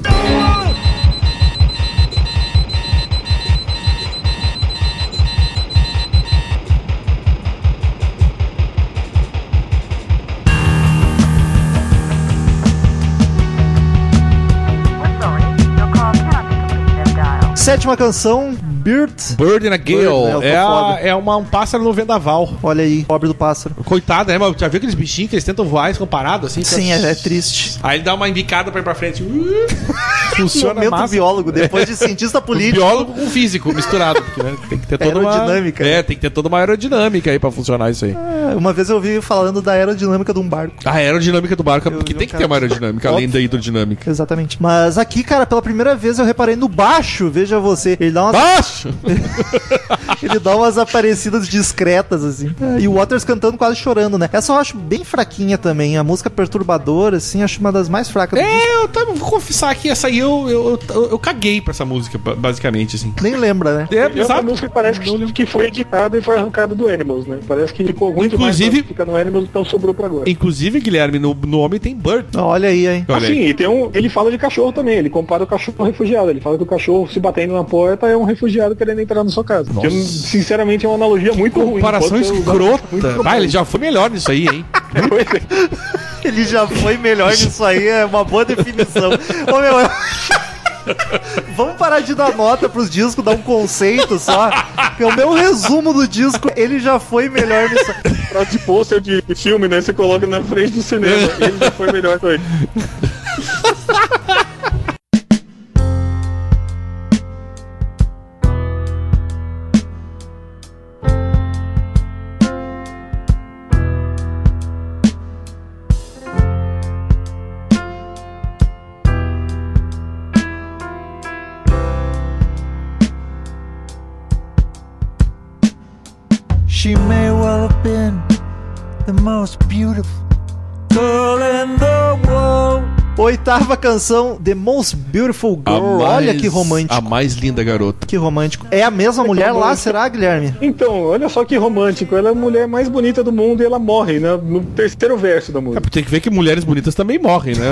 Sétima canção, Bird
in a Gale. É um pássaro no vendaval.
Olha aí, pobre do pássaro.
Coitado, né? Mas já viu aqueles bichinhos que eles tentam voar e ficam parados assim?
Sim, é triste.
Aí ele dá uma embicada pra ir pra frente. Funciona
momento
massa.
Biólogo, depois de cientista político.
Biólogo com físico misturado. Porque, né, tem que ter toda
aerodinâmica.
Tem que ter toda uma aerodinâmica aí pra funcionar isso aí.
Uma vez eu ouvi falando da aerodinâmica de um barco.
A aerodinâmica do barco, porque tem que ter uma aerodinâmica, além da hidrodinâmica.
Exatamente. Mas aqui, cara, pela primeira vez eu reparei no baixo, veja você. Ele dá umas...
Baixo!
Ele dá umas aparecidas discretas, assim. E o Waters cantando quase chorando, né? Essa eu acho bem fraquinha também. A música perturbadora, assim, acho uma das mais fracas do disco.
Vou confessar que essa aí eu caguei pra essa música, basicamente, assim.
Nem lembra, né?
Essa música parece que foi editada e foi arrancada do Animals, né? Parece que ficou muito mais fica no Animals, então sobrou pra agora.
Inclusive, Guilherme, no Homem tem Bird.
Olha aí, hein?
E ele fala de cachorro também. Ele compara o cachorro com refugiado. Ele fala que o cachorro se batendo na porta é um refugiado querendo entrar na sua casa. Que, sinceramente, é uma analogia muito ruim.
Comparação escrota. Ele já foi melhor nisso aí, hein?
Ele já foi melhor nisso aí, é uma boa definição. Ô, meu... Vamos parar de dar nota pros discos, dar um conceito só. Porque o meu resumo do disco, ele já foi melhor nisso.
Pra de pôster de filme, né? Você coloca na frente do cinema. Ele já foi melhor também.
She may well have been the most beautiful girl in the world.
Oitava canção, The Most Beautiful Girl. Olha que romântico.
A mais linda garota.
Que romântico. É a mesma mulher lá, será, Guilherme?
Então, olha só que romântico. Ela é a mulher mais bonita do mundo e ela morre, né? No terceiro verso da música.
Tem que ver que mulheres bonitas também morrem, né?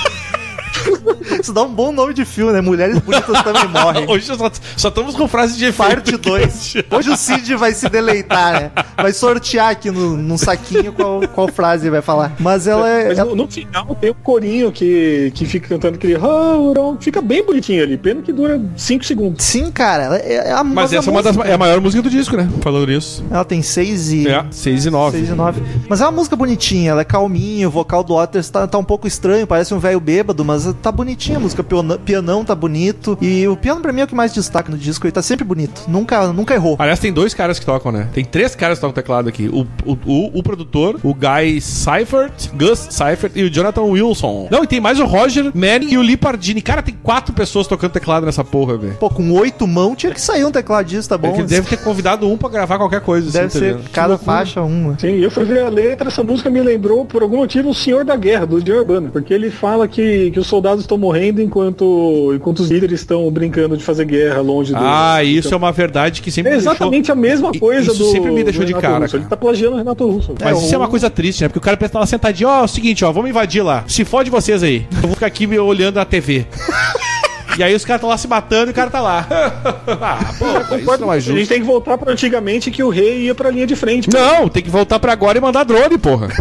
Isso dá um bom nome de filme, né? Mulheres bonitas também morrem.
Hoje só estamos com frases de efeito.
Parte 2. Hoje o Cid vai se deleitar, né? Vai sortear aqui num saquinho qual frase vai falar. Mas ela é...
Mas no final tem o corinho que fica cantando aquele... Fica bem bonitinho ali. Pena que dura 5 segundos.
Sim, cara.
Mas essa é a maior música do disco, né? Falando nisso.
Ela tem 6 e...
6 e 9.
6 e 9. Mas é uma música bonitinha. Ela é calminha. O vocal do Waters tá um pouco estranho. Parece um velho bêbado, mas tá bonitinha a música. Pianão tá bonito. E o piano pra mim é o que mais destaca no disco. Ele tá sempre bonito. Nunca errou.
Aliás, tem 2 caras que tocam, né? Tem 3 caras que tocam teclado aqui. O produtor, o Gus Seifert e o Jonathan Wilson. Não, e tem mais o Roger Manning e o Lee Pardini. Cara, tem 4 pessoas tocando teclado nessa porra, velho.
Pô, com 8 mãos tinha que sair um tecladista bom.
Ele deve ter convidado um pra gravar qualquer coisa.
Deve ser cada faixa uma.
Sim, eu fui ver a letra. Essa música me lembrou, por algum motivo, o Senhor da Guerra, do Legião Urbana. Porque ele fala que os soldados estão morrendo enquanto os líderes estão brincando de fazer guerra longe do...
Isso é uma verdade que sempre
me deixou... exatamente a mesma coisa
isso sempre me deixou de cara.
Ele tá plagiando o Renato Russo.
Mas isso é uma coisa triste, né? Porque o cara pensa lá sentadinho, é o seguinte, vamos invadir lá. Se fode vocês aí. Eu vou ficar aqui olhando a TV. E aí os caras estão lá se matando e o cara tá lá. Isso não é justo.
A gente tem que voltar pra antigamente que o rei ia pra linha de frente.
Não, tem que voltar pra agora e mandar drone, porra.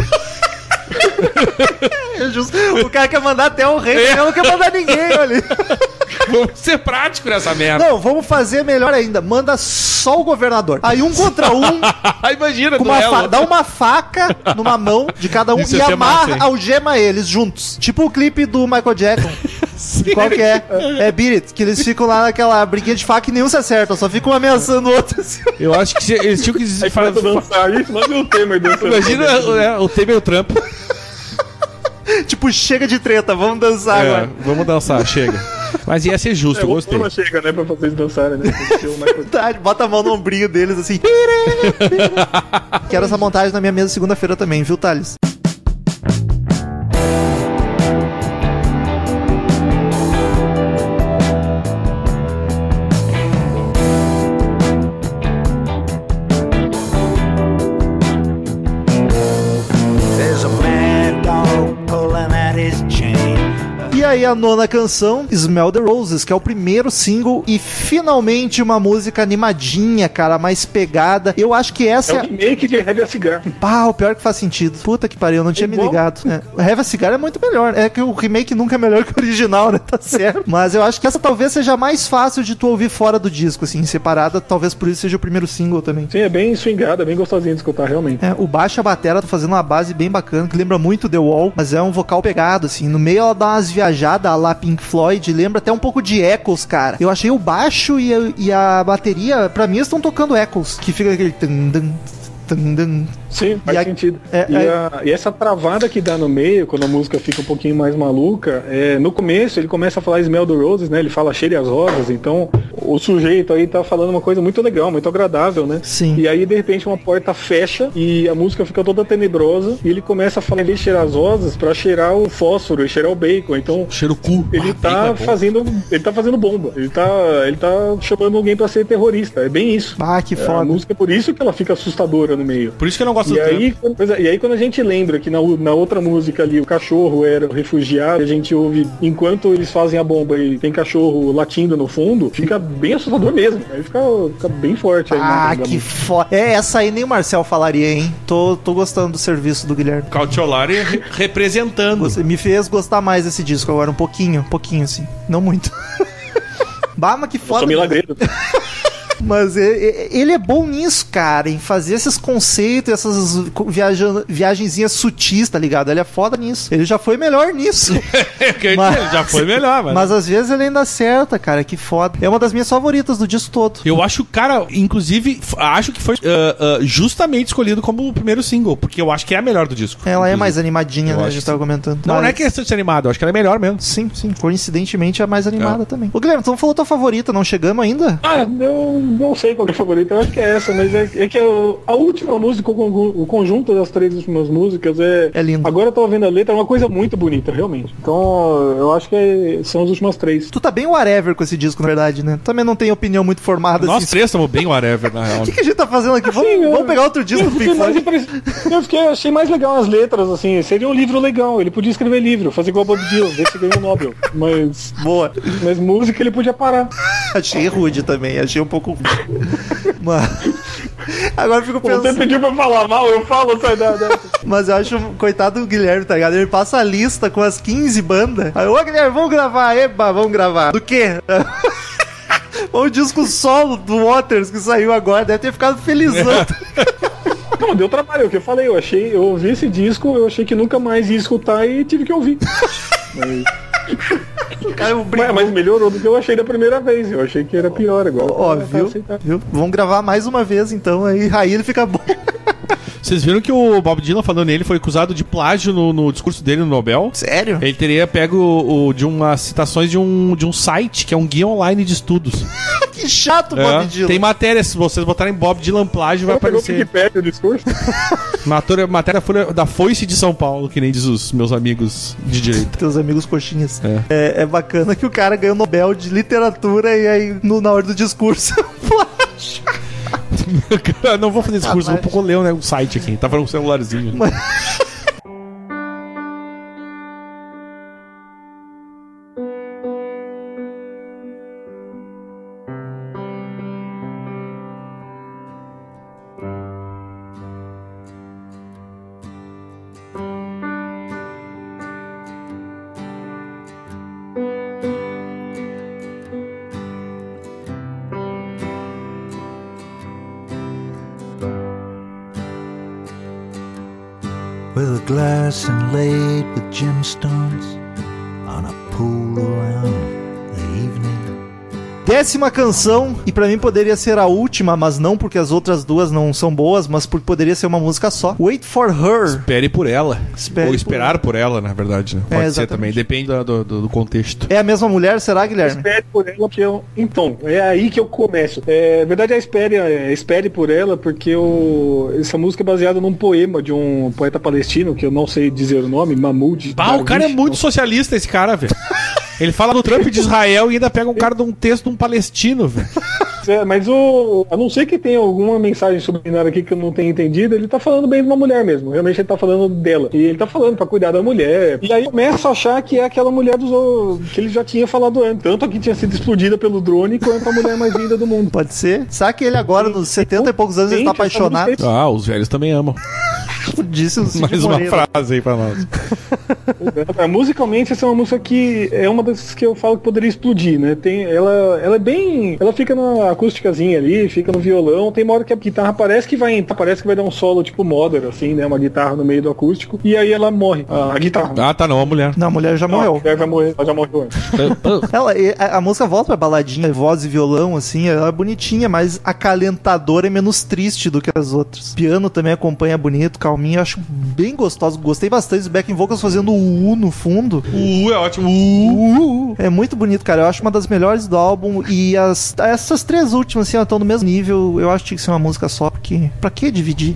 O cara quer mandar até o rei, não quer mandar ninguém, olha.
Vamos ser práticos nessa merda.
Não, vamos fazer melhor ainda. Manda só o governador. Aí 1 contra 1.
Imagina,
dá uma faca numa mão de cada um e amarra, algema eles juntos. Tipo o clipe do Michael Jackson. Sim. Qual que é? É Beat It, que eles ficam lá naquela briguinha de faca e nenhum se acerta, só ficam ameaçando o outro. Assim.
Eu acho que eles tinham que
dançar isso, mas o Temer dançando.
Imagina o Temer e o Trump.
Tipo, chega de treta, vamos dançar agora.
Vamos dançar, chega. Mas ia ser justo, eu gostei.
Não chega, né, pra vocês dançarem, né?
Bota a mão no ombrinho deles assim. Quero essa montagem na minha mesa segunda-feira também, viu, Thales? E aí a 9ª canção, Smell the Roses, que é o primeiro single e finalmente uma música animadinha, cara, mais pegada. Eu acho que essa
é o remake de Heavy a Cigar.
O pior que faz sentido. Puta que pariu, eu não tinha me ligado. Heavy a Cigar é muito melhor. É que o remake nunca é melhor que o original, né? Tá certo. Mas eu acho que essa talvez seja mais fácil de tu ouvir fora do disco, assim, separada. Talvez por isso seja o primeiro single também.
Sim, é bem swingada, bem gostosinho de escutar, realmente.
O baixo e a batera tá fazendo uma base bem bacana, que lembra muito The Wall, mas é um vocal pegado, assim. No meio ela dá umas viajada a lá Pink Floyd, lembra até um pouco de Echoes, cara. Eu achei o baixo e a bateria, pra mim, estão tocando Echoes, que fica aquele...
Sim, faz sentido. E essa travada que dá no meio, quando a música fica um pouquinho mais maluca, no começo ele começa a falar Smell the Roses, né? Ele fala cheire as rosas, então o sujeito aí tá falando uma coisa muito legal, muito agradável, né?
Sim.
E aí de repente uma porta fecha e a música fica toda tenebrosa e ele começa a falar de cheirar as rosas pra cheirar o fósforo e cheirar o bacon, então...
Cheira o cu.
Ele tá fazendo bomba, ele tá chamando alguém pra ser terrorista, é bem isso.
Que foda.
A música, por isso que ela fica assustadora no meio.
Por isso que eu não gosto do
E aí quando a gente lembra que na outra música ali o cachorro era o refugiado, a gente ouve enquanto eles fazem a bomba e tem cachorro latindo no fundo, fica bem assustador mesmo. Aí fica bem forte. Aí,
que foda. Essa aí nem o Marcel falaria, hein? Tô gostando do serviço do Guilherme.
Cautiolari representando.
Me fez gostar mais desse disco agora, um pouquinho assim. Não muito. Bah, mas que
Eu
foda.
sou milagreiro.
Mas ele é bom nisso, cara, em fazer esses conceitos, essas viagenzinhas sutis, tá ligado? Ele é foda nisso. Ele já foi melhor nisso.
Ele já foi melhor, mano.
Mas às vezes ele ainda acerta, cara, que foda. É uma das minhas favoritas do disco todo.
Eu acho, cara, inclusive, acho que foi justamente escolhido como o primeiro single, porque eu acho que é a melhor do disco.
Ela
inclusive.
é mais animadinha, né? A gente tava comentando.
Não,
Mas...
não é questão de ser animado, eu acho que ela é melhor mesmo.
Sim. Coincidentemente é a mais animada também. Ô, Guilherme, tu não falou tua favorita, não chegamos ainda?
Eu não sei qual que é a favorita, eu acho que é essa, mas é que a última música, o conjunto das 3 últimas músicas é
lindo.
Agora eu tava vendo a letra, é uma coisa muito bonita, realmente. Então eu acho que são as últimas 3.
Tu tá bem whatever com esse disco, na verdade, né? Também não tem opinião muito formada.
Nós
assim.
3 estamos bem whatever, na real.
O que a gente tá fazendo aqui? Vamos pegar outro disco do Pink Floyd.
Eu achei mais legal as letras, assim, seria um livro legal, ele podia escrever livro, fazer igual a Bob Dylan, ver se ganhou o Nobel. Mas música ele podia parar.
Achei rude também, achei um pouco rude. Mas... Agora eu fico pensando...
Você pediu pra falar mal, eu falo, sai da...
Mas eu acho, coitado do Guilherme, tá ligado? Ele passa a lista com as 15 bandas. Aí, ô Guilherme, vamos gravar. Eba, vamos gravar. Do quê? O disco solo do Waters que saiu agora, deve ter ficado felizão.
Não, deu trabalho, o que eu falei, eu ouvi esse disco, eu achei que nunca mais ia escutar e tive que ouvir. Mas melhorou do que eu achei da primeira vez. Eu achei que era pior agora.
Ó, viu? Vamos gravar mais uma vez então, aí ele fica bom.
Vocês viram que o Bob Dylan, falando nele, foi acusado de plágio no discurso dele no Nobel?
Sério?
Ele teria pego de umas citações de um site, que é um guia online de estudos.
Que chato, Bob Dylan.
Tem matéria, se vocês botarem Bob Dylan plágio, vai aparecer.
O discurso?
Matéria da Foice de São Paulo, que nem diz os meus amigos de direita.
Teus amigos coxinhas. É bacana que o cara ganhou o Nobel de literatura e aí na hora do discurso plágio.
Não vou fazer discurso, vou ler um site aqui. Tá falando um celularzinho.
With a glass inlaid with gemstones on a pool around the evening.
10ª canção, e pra mim poderia ser a última, mas não porque as outras duas não são boas, mas porque poderia ser uma música só. Wait for Her.
Espere por ela. Ou esperar por ela, na verdade, né? Pode ser também, depende do contexto.
É a mesma mulher, será, Guilherme?
Espere por ela, porque então, é aí que eu começo. Na verdade, espere por ela, porque essa música é baseada num poema de um poeta palestino, que eu não sei dizer o nome, Mahmoud.
O cara é muito socialista, esse cara, velho. Ele fala do Trump de Israel e ainda pega um cara de um texto de um palestino, velho.
Mas a não ser que tenha alguma mensagem subliminar aqui que eu não tenha entendido, ele tá falando bem de uma mulher mesmo. Realmente ele tá falando dela. E ele tá falando pra cuidar da mulher. E aí eu começo a achar que é aquela mulher que ele já tinha falado antes. Tanto a que tinha sido explodida pelo drone, quanto a mulher mais linda do mundo.
Pode ser. Sabe que ele agora, nos 70 e poucos anos, ele tá apaixonado?
Os velhos também amam.
Disse
mais uma frase aí pra nós.
Musicalmente, essa é uma música que é uma das que eu falo que poderia explodir, né? Ela é bem... Ela fica na acústicazinha ali, fica no violão. Tem uma hora que a guitarra parece que vai dar um solo tipo Mother, assim, né? Uma guitarra no meio do acústico. E aí ela morre. A guitarra.
Não, a mulher.
Não, a mulher já morreu.
A mulher vai morrer, ela já morreu.
A música volta pra baladinha, voz e violão, assim, ela é bonitinha, mas acalentadora e menos triste do que as outras. Piano também acompanha bonito, calminho, eu acho bem gostoso. Gostei bastante dos backing vocals fazendo o no fundo.
É ótimo.
É muito bonito, cara. Eu acho uma das melhores do álbum. E essas 3 últimas, assim, estão no mesmo nível. Eu acho que tinha que ser uma música só, porque pra que dividir?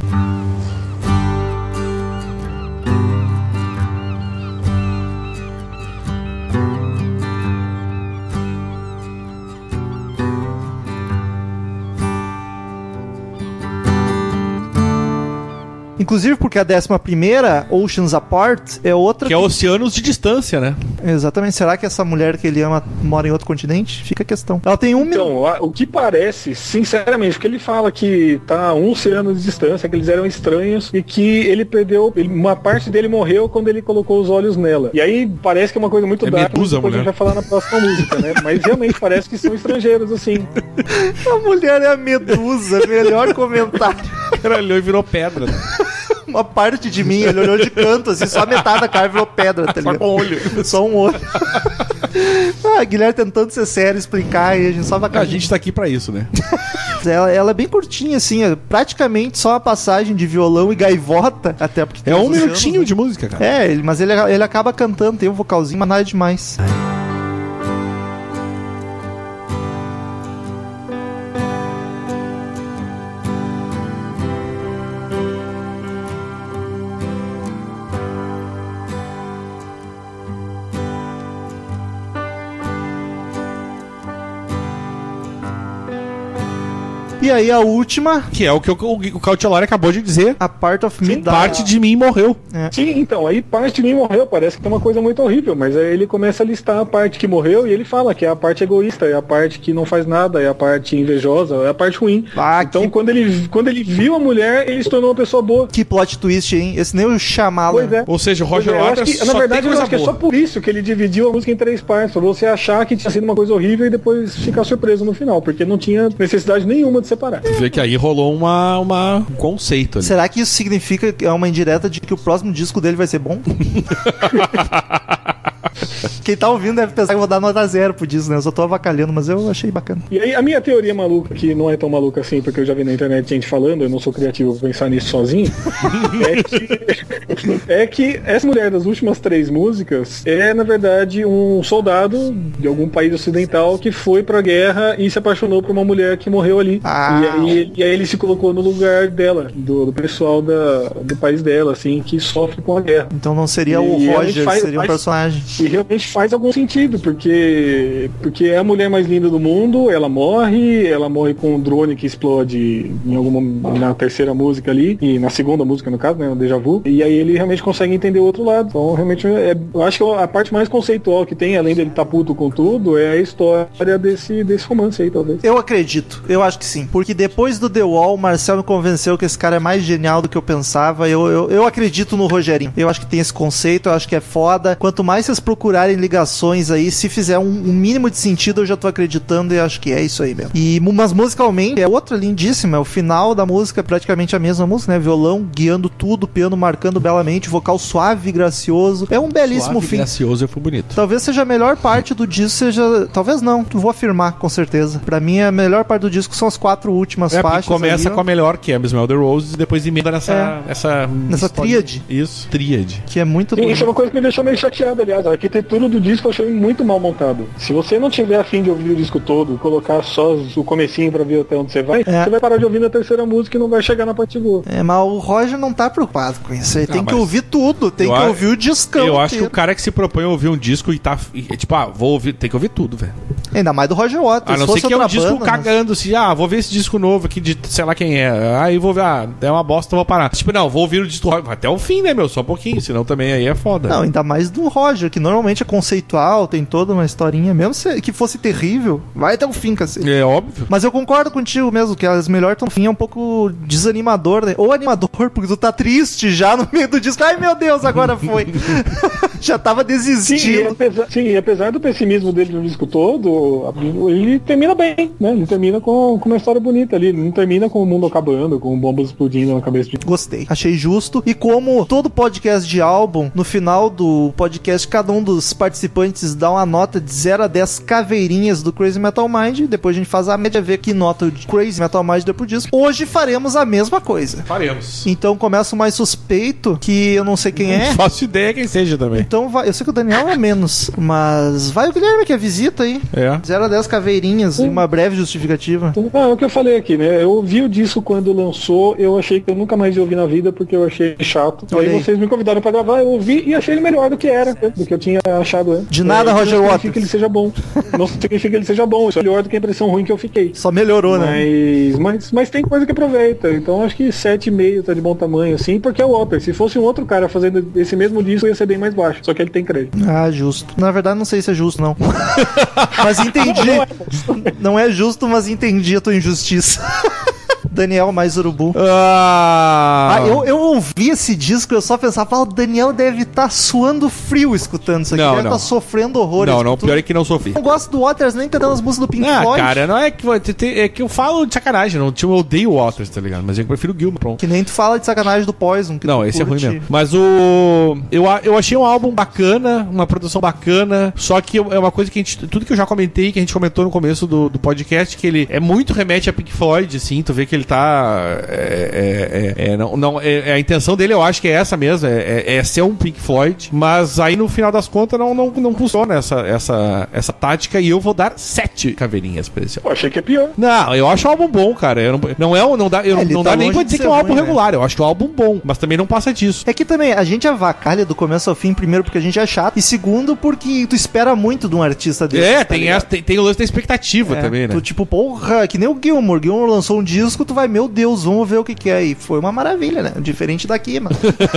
Inclusive porque a 11ª, Oceans Apart, é outra...
Que é oceanos de distância, né?
Exatamente. Será que essa mulher que ele ama mora em outro continente? Fica a questão. Ela tem
Então, o que parece, sinceramente, porque ele fala que tá a 1 oceano de distância, que eles eram estranhos e que ele perdeu, uma parte dele morreu quando ele colocou os olhos nela. E aí parece que é uma coisa muito dark,
Medusa,
depois a gente vai falar na próxima música, né? Mas realmente parece que são estrangeiros, assim.
A mulher é a Medusa, melhor comentário.
Ele olhou e virou pedra. Né?
Uma parte de mim, ele olhou de canto, assim, só a metade da cara virou pedra, tá ligado?
Só com o olho.
Só um olho. Guilherme tentando ser sério, explicar, e a gente só vai...
A gente tá aqui pra isso, né?
Ela é bem curtinha, assim, é praticamente só a passagem de violão e gaivota, até porque...
É 1 minutinho de música, cara.
Mas ele acaba cantando, tem um vocalzinho, mas nada demais. E aí a última...
Que é o que o Cautelari acabou de dizer.
A Part of Me.
Parte de mim morreu.
Sim, então, aí parte de mim morreu, parece que é uma coisa muito horrível, mas aí ele começa a listar a parte que morreu e ele fala que é a parte egoísta, é a parte que não faz nada, é a parte invejosa, é a parte ruim. Então quando ele viu a mulher, ele se tornou uma pessoa boa.
Que plot twist, hein? Esse nem o chamá-la.
Pois é.
Ou seja, o Roger Waters
na verdade, eu acho que é só por isso que ele dividiu a música em 3 partes, pra você achar que tinha sido uma coisa horrível e depois ficar surpreso no final, porque não tinha necessidade nenhuma de separar.
Você vê que aí rolou um conceito ali.
Será que isso significa que é uma indireta de que o próximo disco dele vai ser bom? Quem tá ouvindo deve pensar que eu vou dar nota 0 pro disco, né? Eu só tô avacalhando, mas eu achei bacana.
E aí, a minha teoria maluca, que não é tão maluca assim, porque eu já vi na internet gente falando, eu não sou criativo pra pensar nisso sozinho, é que essa mulher das últimas 3 músicas é, na verdade, um soldado de algum país ocidental que foi pra guerra e se apaixonou por uma mulher que morreu ali. E aí ele se colocou no lugar dela, do pessoal do país dela, assim, que sofre com a guerra.
Então não seria o Roger, seria um personagem.
E realmente faz algum sentido, porque é a mulher mais linda do mundo, ela morre com um drone que explode na 3ª música ali, e na 2ª música no caso, né, o Déjà Vu, e aí ele realmente consegue entender o outro lado. Então realmente eu acho que a parte mais conceitual que tem, além dele estar puto com tudo, é a história desse romance aí, talvez.
Eu acredito, eu acho que sim, porque depois do The Wall, o Marcel me convenceu que esse cara é mais genial do que eu pensava. Eu acredito no Rogerinho, eu acho que tem esse conceito, eu acho que é foda. Quanto mais vocês procurarem ligações aí, se fizer um mínimo de sentido, eu já tô acreditando e acho que é isso aí mesmo. Mas musicalmente é outra lindíssima, o final da música é praticamente a mesma música, né? Violão guiando tudo, piano marcando belamente, vocal suave e gracioso. É um belíssimo fim.
Gracioso, foi bonito.
Talvez seja a melhor parte do disco, talvez não, vou afirmar com certeza. Pra mim a melhor parte do disco são as 4 últimas faixas.
Começa
ali,
com a melhor, que é a Smell the Roses, e depois emenda nessa
tríade.
Isso, tríade.
Que é muito bonito.
Isso é uma coisa que me deixou meio chateado, aliás. A arquitetura do disco eu achei muito mal montado. Se você não tiver a fim de ouvir o disco todo, colocar só o comecinho pra ver até onde você vai parar de ouvir na 3ª música e não vai chegar na parte boa.
Mas o Roger não tá preocupado com isso. Ele tem que ouvir tudo, tem que ouvir o discão.
Eu acho que o cara que se propõe a ouvir um disco e tá... tipo, vou ouvir, tem que ouvir tudo, velho.
Ainda mais do Roger Waters.
A não ser que é um disco cagando, assim, vou ver esse disco novo aqui de sei lá quem é. Aí vou ver, é uma bosta, vou parar. Tipo, não, vou ouvir o disco até o fim, né, meu? Só um pouquinho, senão também aí é foda.
Não, ainda mais do Roger, que normalmente é conceitual, tem toda uma historinha. Mesmo que fosse terrível, vai até o fim, cacete.
É óbvio.
Mas eu concordo contigo mesmo, que as melhores tão fim é um pouco desanimador, né? Ou animador, porque tu tá triste já no meio do disco. Ai, meu Deus, agora foi. Já tava desistindo.
Sim, apesar do pessimismo dele no disco todo, ele termina bem, né? Ele termina com uma história bonita ali. Ele não termina com o mundo acabando, com bombas explodindo na cabeça de...
Gostei. Achei justo. E como todo podcast de álbum, no final do podcast, cada um dos participantes dá uma nota de 0 a 10 caveirinhas do Crazy Metal Mind. Depois a gente faz a média, ver que nota o Crazy Metal Mind deu pro disco. Hoje faremos a mesma coisa.
Faremos.
Então começa o mais suspeito, que eu não sei quem é.
Não faço ideia quem seja também.
Então vai. Eu sei que o Daniel é menos, mas vai o Guilherme, que é visita aí. 0 a 10 caveirinhas e uma breve justificativa.
É o que eu falei aqui, né? Eu ouvi o disco quando lançou, eu achei que eu nunca mais ia ouvir na vida, porque eu achei chato. Aí vocês me convidaram pra gravar, eu ouvi e achei ele melhor do que era, do que eu tinha achado elogiado, né?
De nada, Roger
Waters. Não
Waters.
significa que ele seja bom. Não significa que ele seja bom. Isso é melhor do que a impressão ruim que eu fiquei.
Só melhorou, né?
Mas tem coisa que aproveita. Então acho que 7,5 tá de bom tamanho, assim, porque é o Waters. Se fosse um outro cara fazendo esse mesmo disco, ia ser bem mais baixo. Só que ele tem crédito.
Ah, justo. Na verdade, não sei se é justo, não. Mas entendi. Não é justo, mas entendi a tua injustiça. Daniel mais urubu. Eu ouvi esse disco e eu só pensava, o Daniel deve estar suando frio escutando isso aqui. Deve estar sofrendo horrores.
Não, pior é que não sofri.
Eu não gosto do Waters nem cantando as músicas do Pink Floyd.
Cara, não é que eu falo de sacanagem, não. Eu odeio o Waters, tá ligado? Mas eu prefiro o Gilmour, pronto.
Que nem tu fala de sacanagem do Poison.
Não, esse curte. É ruim mesmo. Mas eu achei um álbum bacana, uma produção bacana, só que é uma coisa que tudo que eu já comentei, que a gente comentou no começo do podcast, que ele é muito remete a Pink Floyd, assim, tu vê que ele tá... a intenção dele, eu acho que é essa mesmo, é ser um Pink Floyd, mas aí no final das contas não funciona essa tática, e eu vou dar 7 caveirinhas pra esse álbum.
Eu achei que é pior.
Não, eu acho o álbum bom, cara. Não dá nem pra dizer que é um álbum regular, eu acho que é um álbum bom, mas também não passa disso.
É que também a gente avacalha do começo ao fim, primeiro porque a gente é chato, e segundo porque tu espera muito de um artista desse.
Tem o lance da expectativa também, né?
Tu tipo, porra, que nem o Gilmour lançou um disco, tu vai, meu Deus, vamos ver o que é. E foi uma maravilha, né? Diferente daqui, mano.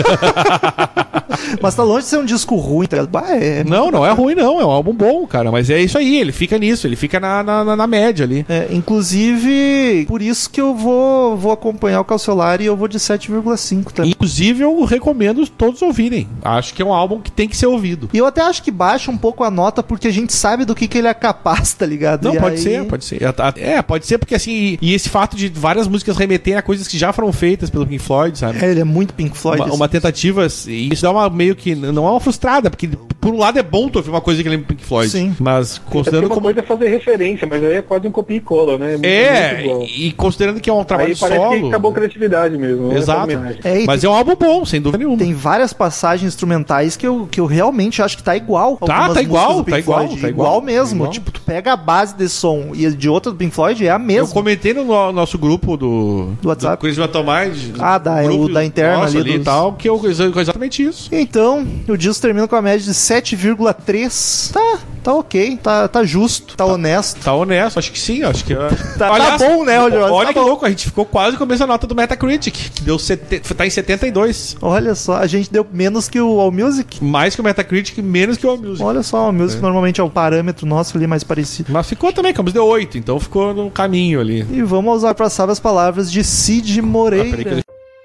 Mas tá longe de ser um disco ruim, tá?
Não é ruim, não. É um álbum bom, cara. Mas é isso aí, ele fica nisso, ele fica na média ali.
Inclusive, por isso que eu vou acompanhar o Calciolari e eu vou de 7,5 também.
Inclusive, eu recomendo todos ouvirem. Acho que é um álbum que tem que ser ouvido.
E eu até acho que baixa um pouco a nota, porque a gente sabe do que ele é capaz, tá ligado?
Não, pode ser. Pode ser, porque assim, e esse fato de várias músicas remeterem a coisas que já foram feitas pelo Pink Floyd, sabe?
Ele é muito Pink Floyd.
Uma tentativa, e isso dá uma meio que, não é uma frustrada, porque por um lado é bom tu ouvir uma coisa que lembra Pink Floyd.
Sim.
Mas considerando
uma coisa é fazer referência, mas aí é quase um copia e cola, né?
E considerando que é um trabalho
aí parece
solo...
que acabou a criatividade mesmo.
Exato. Mas é um álbum bom, sem dúvida nenhuma.
Tem várias passagens instrumentais que eu realmente acho que tá igual.
Tá igual
mesmo.
Igual.
Tipo, tu pega a base desse som e de outra do Pink Floyd, é a mesma.
Eu comentei no nosso grupo do
WhatsApp.
Do Crazy Metal Mind.
Da interna ali
e tal, que eu exatamente isso.
Então, o disco termina com a média de 7,3. Tá ok, tá justo, tá honesto.
Tá honesto, acho que sim, acho que...
Aliás, tá bom, né,
olha que louco, a gente ficou quase com a mesma nota do Metacritic, que deu tá em 72.
Olha só, a gente deu menos que o AllMusic.
Mais que o Metacritic, menos que o AllMusic.
Olha só, o AllMusic normalmente é o parâmetro nosso ali mais parecido.
Mas ficou também, como deu 8, então ficou no caminho ali.
E vamos usar para as palavras de Cid Moreira.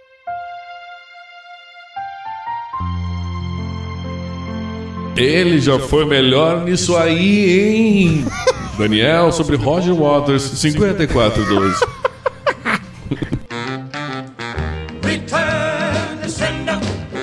Ele já foi melhor nisso aí, hein? Daniel sobre Roger Waters, 54:2.
Return to sender.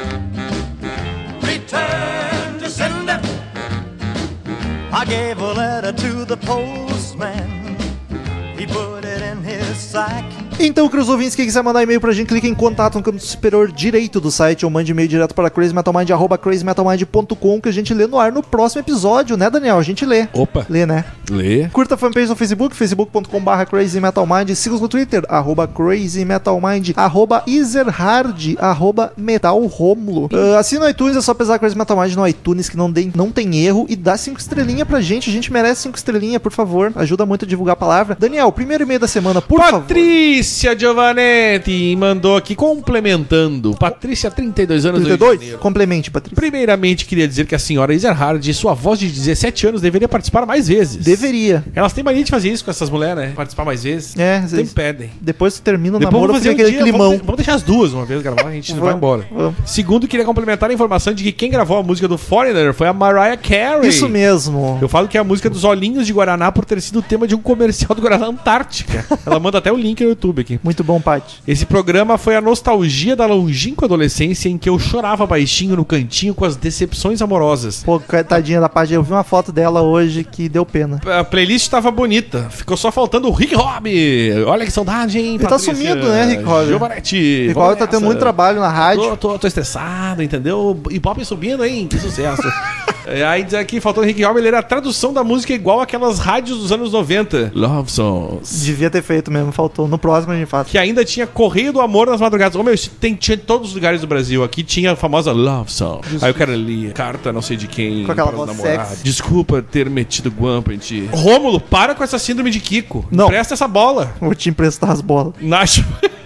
Return to sender. I gave a letter to the postman. He put it in his sack.
Então, queridos ouvintes, quem quiser mandar e-mail pra gente, clica em contato no canto superior direito do site ou mande e-mail direto para crazymetalmind@crazymetalmind.com, que a gente lê no ar no próximo episódio, né, Daniel? A gente lê.
Opa.
Lê, né?
Lê.
Curta a fanpage no Facebook, facebook.com/crazymetalmind. Siga-os no Twitter, @crazymetalmind, @iserhard, @metalromulo. Assina no iTunes, é só pesar Crazy Metal Mind no iTunes, que não tem erro, e dá 5 estrelinhas pra gente. A gente merece 5 estrelinhas, por favor. Ajuda muito a divulgar a palavra. Daniel, primeiro e-mail da semana, por favor.
Patrícia Giovanetti mandou aqui complementando. Patrícia, 32 anos.
32? Complemente, Patrícia.
Primeiramente, queria dizer que a senhora Ezerhard, sua voz de 17 anos, deveria participar mais vezes.
Deveria.
Elas têm mania de fazer isso com essas mulheres, né? Participar mais vezes.
Sempre
pedem.
Depois tu termina o namoro, fica aquele climão.
Vamos deixar as duas uma vez gravar, a gente vai embora. Segundo, queria complementar a informação de que quem gravou a música do Foreigner foi a Mariah Carey.
Isso mesmo.
Eu falo que é a música dos Olhinhos de Guaraná por ter sido o tema de um comercial do Guaraná Antártica. Ela manda até o link no YouTube aqui.
Muito bom, Paty.
Esse programa foi a nostalgia da longínqua adolescência em que eu chorava baixinho no cantinho com as decepções amorosas.
Pô, tadinha da Paty, eu vi uma foto dela hoje que deu pena.
A playlist estava bonita, ficou só faltando o Rick Hobby. Olha que saudade, hein,
Ele
Patrícia.
tá sumido, né, Rick Hobby?
Giovanetti.
Rick Hobby tá tendo muito trabalho na rádio.
Tô estressado, entendeu? E pop subindo, hein? Que sucesso. Aí diz aqui, faltou o Henrique Halber, ele era a tradução da música igual aquelas rádios dos anos 90. Love Songs.
Devia ter feito mesmo, faltou. No próximo a gente faz.
Que ainda tinha Correio do Amor nas madrugadas. Ô, meu, isso tinha em todos os lugares do Brasil. Aqui tinha a famosa Love Song. Aí o cara lia carta não sei de quem.
Com aquela
para os
voz
namorados.
sexy.
Desculpa ter metido guampa em ti. Rômulo, para com essa síndrome de Kiko.
Não.
Presta essa bola.
Vou te emprestar as bolas.
Nath.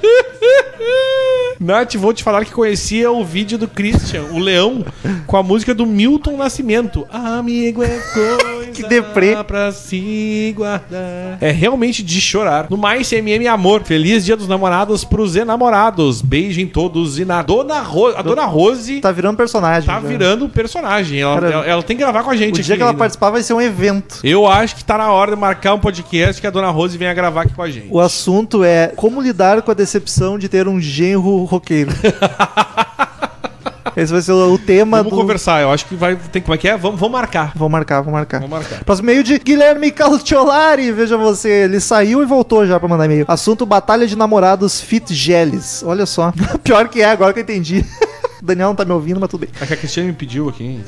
Nath, vou te falar que conhecia o vídeo do Christian, o Leão, com a música do Milton Nascimento. Amigo é coisa
Que deprê.
pra se guardar. É realmente de chorar. No mais, CMM Amor. Feliz Dia dos Namorados pros enamorados. Beijem todos e na Dona Rose
Tá virando personagem.
tá
já.
virando personagem. Ela tem que gravar com a gente
O
aqui
dia que ela
ainda.
participar vai ser um evento.
Eu acho que tá na hora de marcar um podcast que a Dona Rose venha gravar aqui com a gente.
O assunto é como lidar com a decepção de ter um genro roqueiro. Esse vai ser o tema
Vamos conversar, eu acho que vai ter. Como é que é? Vamos marcar.
Vou marcar.
Vamos marcar.
Próximo e-mail de Guilherme Calciolari. Veja você, ele saiu e voltou já pra mandar e-mail. Assunto Batalha de Namorados Fit Geles. Olha só. Pior que é, agora que eu entendi. O Daniel não tá me ouvindo, mas tudo bem.
É que a Cristiane me pediu aqui, hein?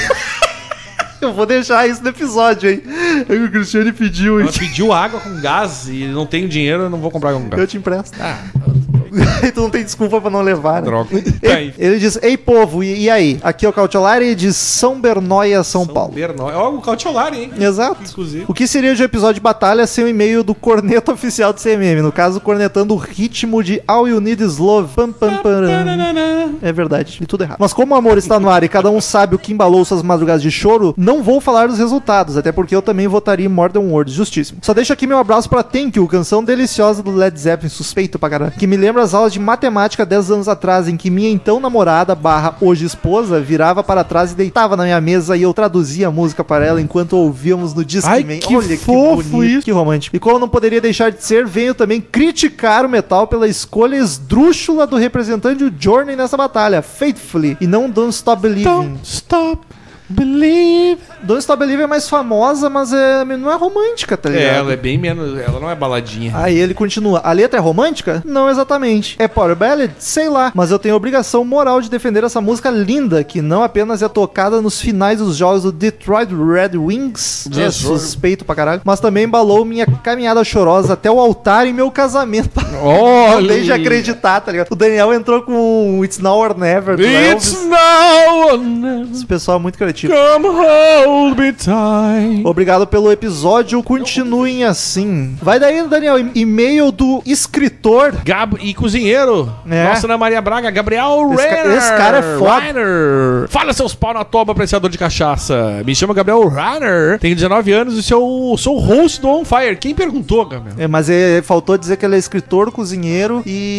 Eu vou deixar isso no episódio, hein? É que o Cristiane pediu.
Ela pediu água com gás e não tenho dinheiro, eu não vou comprar água com gás.
Eu te empresto.
Ah,
E tu não tem desculpa pra não levar, né?
droga.
Ele diz, ei povo, e aí? Aqui é o Cautiolari de São Bernóia, São Paulo.
Ó, o Cautiolari, hein?
Exato.
Inclusive.
O que seria de um episódio de batalha sem o e-mail do corneto oficial do CMM? No caso, cornetando o ritmo de All You Need Is Love. Pam, pam, param. É verdade, e tudo errado. Mas como o amor está no ar e cada um sabe o que embalou suas madrugadas de choro, não vou falar dos resultados, até porque eu também votaria em More Than Words, justíssimo. Só deixo aqui meu abraço pra Thank You, canção deliciosa do Led Zeppelin, suspeito pra caralho, que me lembra as aulas de matemática 10 anos atrás, em que minha então namorada, hoje esposa, virava para trás e deitava na minha mesa e eu traduzia a música para ela enquanto ouvíamos no Discman.
Ai, que
Olha
fofo
que bonito,
isso.
que romântico. E como não poderia deixar de ser, venho também criticar o metal pela escolha esdrúxula do representante do Journey nessa batalha, Faithfully, e não Don't Stop Believing.
Don't stop believe.
Don't Stop Believing é mais famosa, mas não é romântica, tá ligado?
Ela é bem menos. Ela não é baladinha.
Aí ele continua. A letra é romântica? Não exatamente. É Power Ballad? Sei lá. Mas eu tenho a obrigação moral de defender essa música linda, que não apenas é tocada nos finais dos jogos do Detroit Red Wings. É suspeito pra caralho. Mas também embalou minha caminhada chorosa até o altar em meu casamento.
Olha!
Não deixa acreditar, tá ligado? O Daniel entrou com It's Now or Never. do
It's
Elvis.
now or never.
Esse pessoal é muito criativo.
Come hold me tight.
Obrigado pelo episódio, continuem assim. Vai daí, Daniel, e-mail do escritor.
E cozinheiro.
É.
Nossa, Ana Maria Braga, Gabriel Reiner.
Esse cara é foda.
Reiner. Fala, seus pau na toba, apreciador de cachaça. Me chamo Gabriel Reiner. Tenho 19 anos e sou o host do On Fire. Quem perguntou, Gabriel?
Mas faltou dizer que ele é escritor, cozinheiro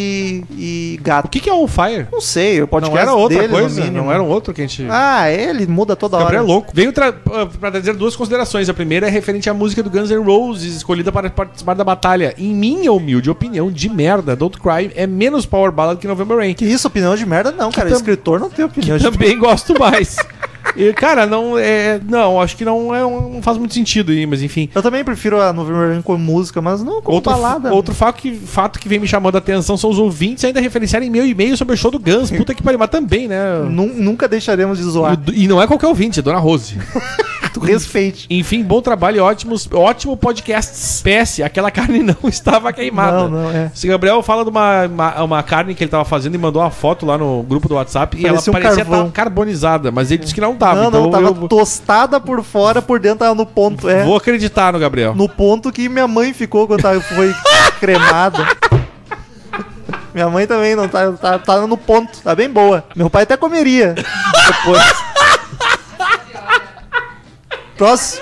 e gato.
O que é On Fire?
Não sei, o podcast
Não era outra
dele, no
coisa?
mínimo.
Não era um outro que a gente...
Ah, ele muda toda
Gabriel
hora.
é louco. Veio pra trazer duas considerações. A primeira é referente à música do Guns N' Roses, escolhida para participar da batalha. Em minha humilde opinião de merda, Don't Cry é menos power ballad que November Rain.
Que isso, opinião de merda não, cara. Escritor não tem opinião de
Também gosto mais. E, cara, não, acho que não faz muito sentido aí, mas enfim.
Eu também prefiro a November Rain com música, mas não com balada.
Outro fato que vem me chamando a atenção são os ouvintes ainda referenciarem meu e-mail sobre o show do Guns. Puta que pariu, mas também, né?
Nunca deixaremos de zoar.
E não é qualquer ouvinte, é Dona Rose.
Tu respeite.
Enfim, bom trabalho e ótimo podcast. PS, aquela carne não estava queimada.
Não, é.
Esse Gabriel fala de uma carne que ele tava fazendo e mandou uma foto lá no grupo do WhatsApp e ela parecia estar carbonizada, mas ele disse que não tava.
Não,
então
tava tostada por fora, por dentro tava no ponto.
Vou acreditar no Gabriel.
No ponto que minha mãe ficou quando foi cremada. Minha mãe também não tá no ponto, tá bem boa. Meu pai até comeria depois. Próximo.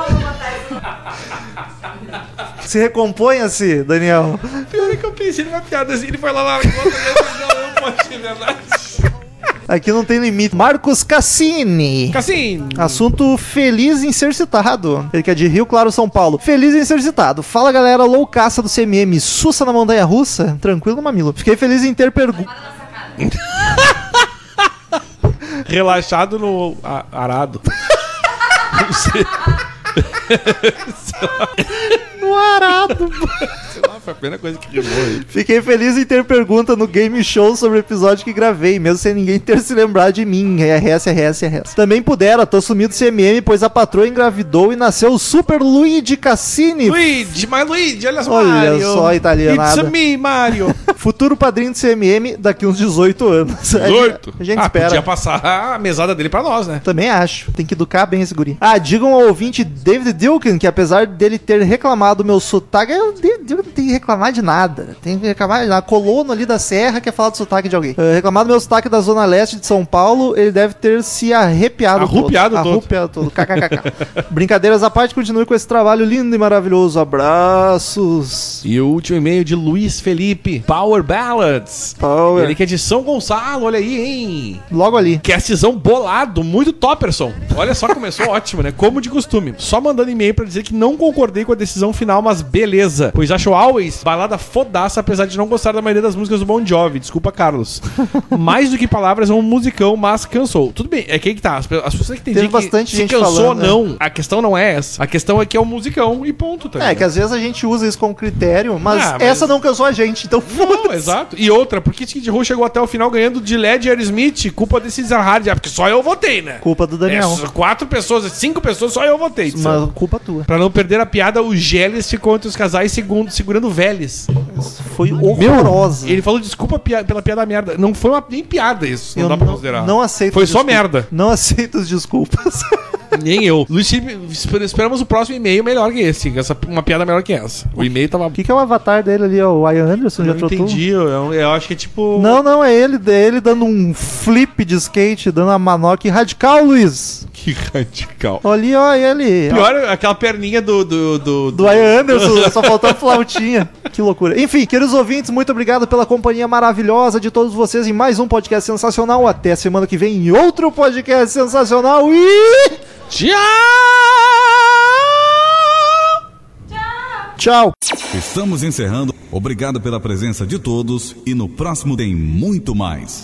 Se recomponha-se, Daniel.
Pior é que eu pensei numa piada assim, ele foi lá não pode ser verdade.
Aqui não tem limite. Marcos Cassini. Assunto feliz em ser citado. Ele que é de Rio Claro, São Paulo. Feliz em ser citado. Fala, galera loucaça do CMM. Sussa na montanha russa? Tranquilo, mamilo. Fiquei feliz em ter pergunta.
Relaxado no arado.
No arado.
Foi a primeira coisa que rimou aí.
Fiquei feliz em ter pergunta no Game Show sobre o episódio que gravei, mesmo sem ninguém ter se lembrado de mim. RS. Também pudera, tô sumido CMM, pois a patroa engravidou e nasceu o Super Luigi Cassini.
Luigi, olha só,
Olha
Mario.
só, italianada.
It's me, Mario.
Futuro padrinho do CMM daqui uns 18 anos.
18?
A gente espera.
Podia passar a mesada dele pra nós, né?
Também acho. Tem que educar bem esse guri. Digam ao ouvinte David Dilkin que apesar dele ter reclamado do meu sotaque, eu não tenho que reclamar de nada. Tem que reclamar de nada. Colono ali da Serra quer falar do sotaque de alguém. Reclamar do meu sotaque da Zona Leste de São Paulo, ele deve ter se arrepiado todo. KKK. Brincadeiras à parte, continue com esse trabalho lindo e maravilhoso. Abraços.
E o último e-mail de Luiz Felipe, Power Ballads. Ele que é de São Gonçalo, olha aí, hein?
Logo ali.
Castzão bolado, muito topperson. Olha só, começou ótimo, né? Como de costume. Só mandando e-mail pra dizer que não concordei com a decisão final, mas beleza. Pois acho Always balada fodaça, apesar de não gostar da maioria das músicas do Bon Jovi. Desculpa, Carlos. Mais do que palavras, é um musicão, mas cansou. Tudo bem, é que aí que tá. As pessoas que
Teve bastante gente
cansou
falando,
ou não. A questão não é essa. A questão é que é um musicão e ponto, tá?
Que às vezes a gente usa isso como critério, mas essa não cansou a gente, então
não, exato. E outra, por que Skid Row chegou até o final ganhando de LED e Aerosmith? Culpa desses hard, porque só eu votei, né?
Culpa do Daniel.
4 pessoas, 5 pessoas, só eu votei.
Mas culpa tua.
Pra não perder a piada, o Gélis ficou entre os casais segurando Vélez.
Foi horrorosa.
Ele falou desculpa pela piada merda. Não foi nem piada isso, não dá pra considerar.
Não aceito.
Foi só merda.
Não aceito as desculpas.
Nem eu. Luiz Felipe, esperamos o próximo e-mail melhor que esse. Uma piada melhor que essa. O e-mail tava...
O que é o avatar dele ali? O Ian Anderson?
Eu não entendi. Eu acho que é tipo...
Não, é ele dando um flip de skate, dando uma manobra radical, Luiz.
Que radical.
Ali, ó, ele.
Pior, aquela perninha do
Ian Anderson, só faltou a flautinha. Que loucura. Enfim, queridos ouvintes, muito obrigado pela companhia maravilhosa de todos vocês em mais um podcast sensacional. Até semana que vem em outro podcast sensacional e... Tchau!
Estamos encerrando. Obrigado pela presença de todos e no próximo tem muito mais.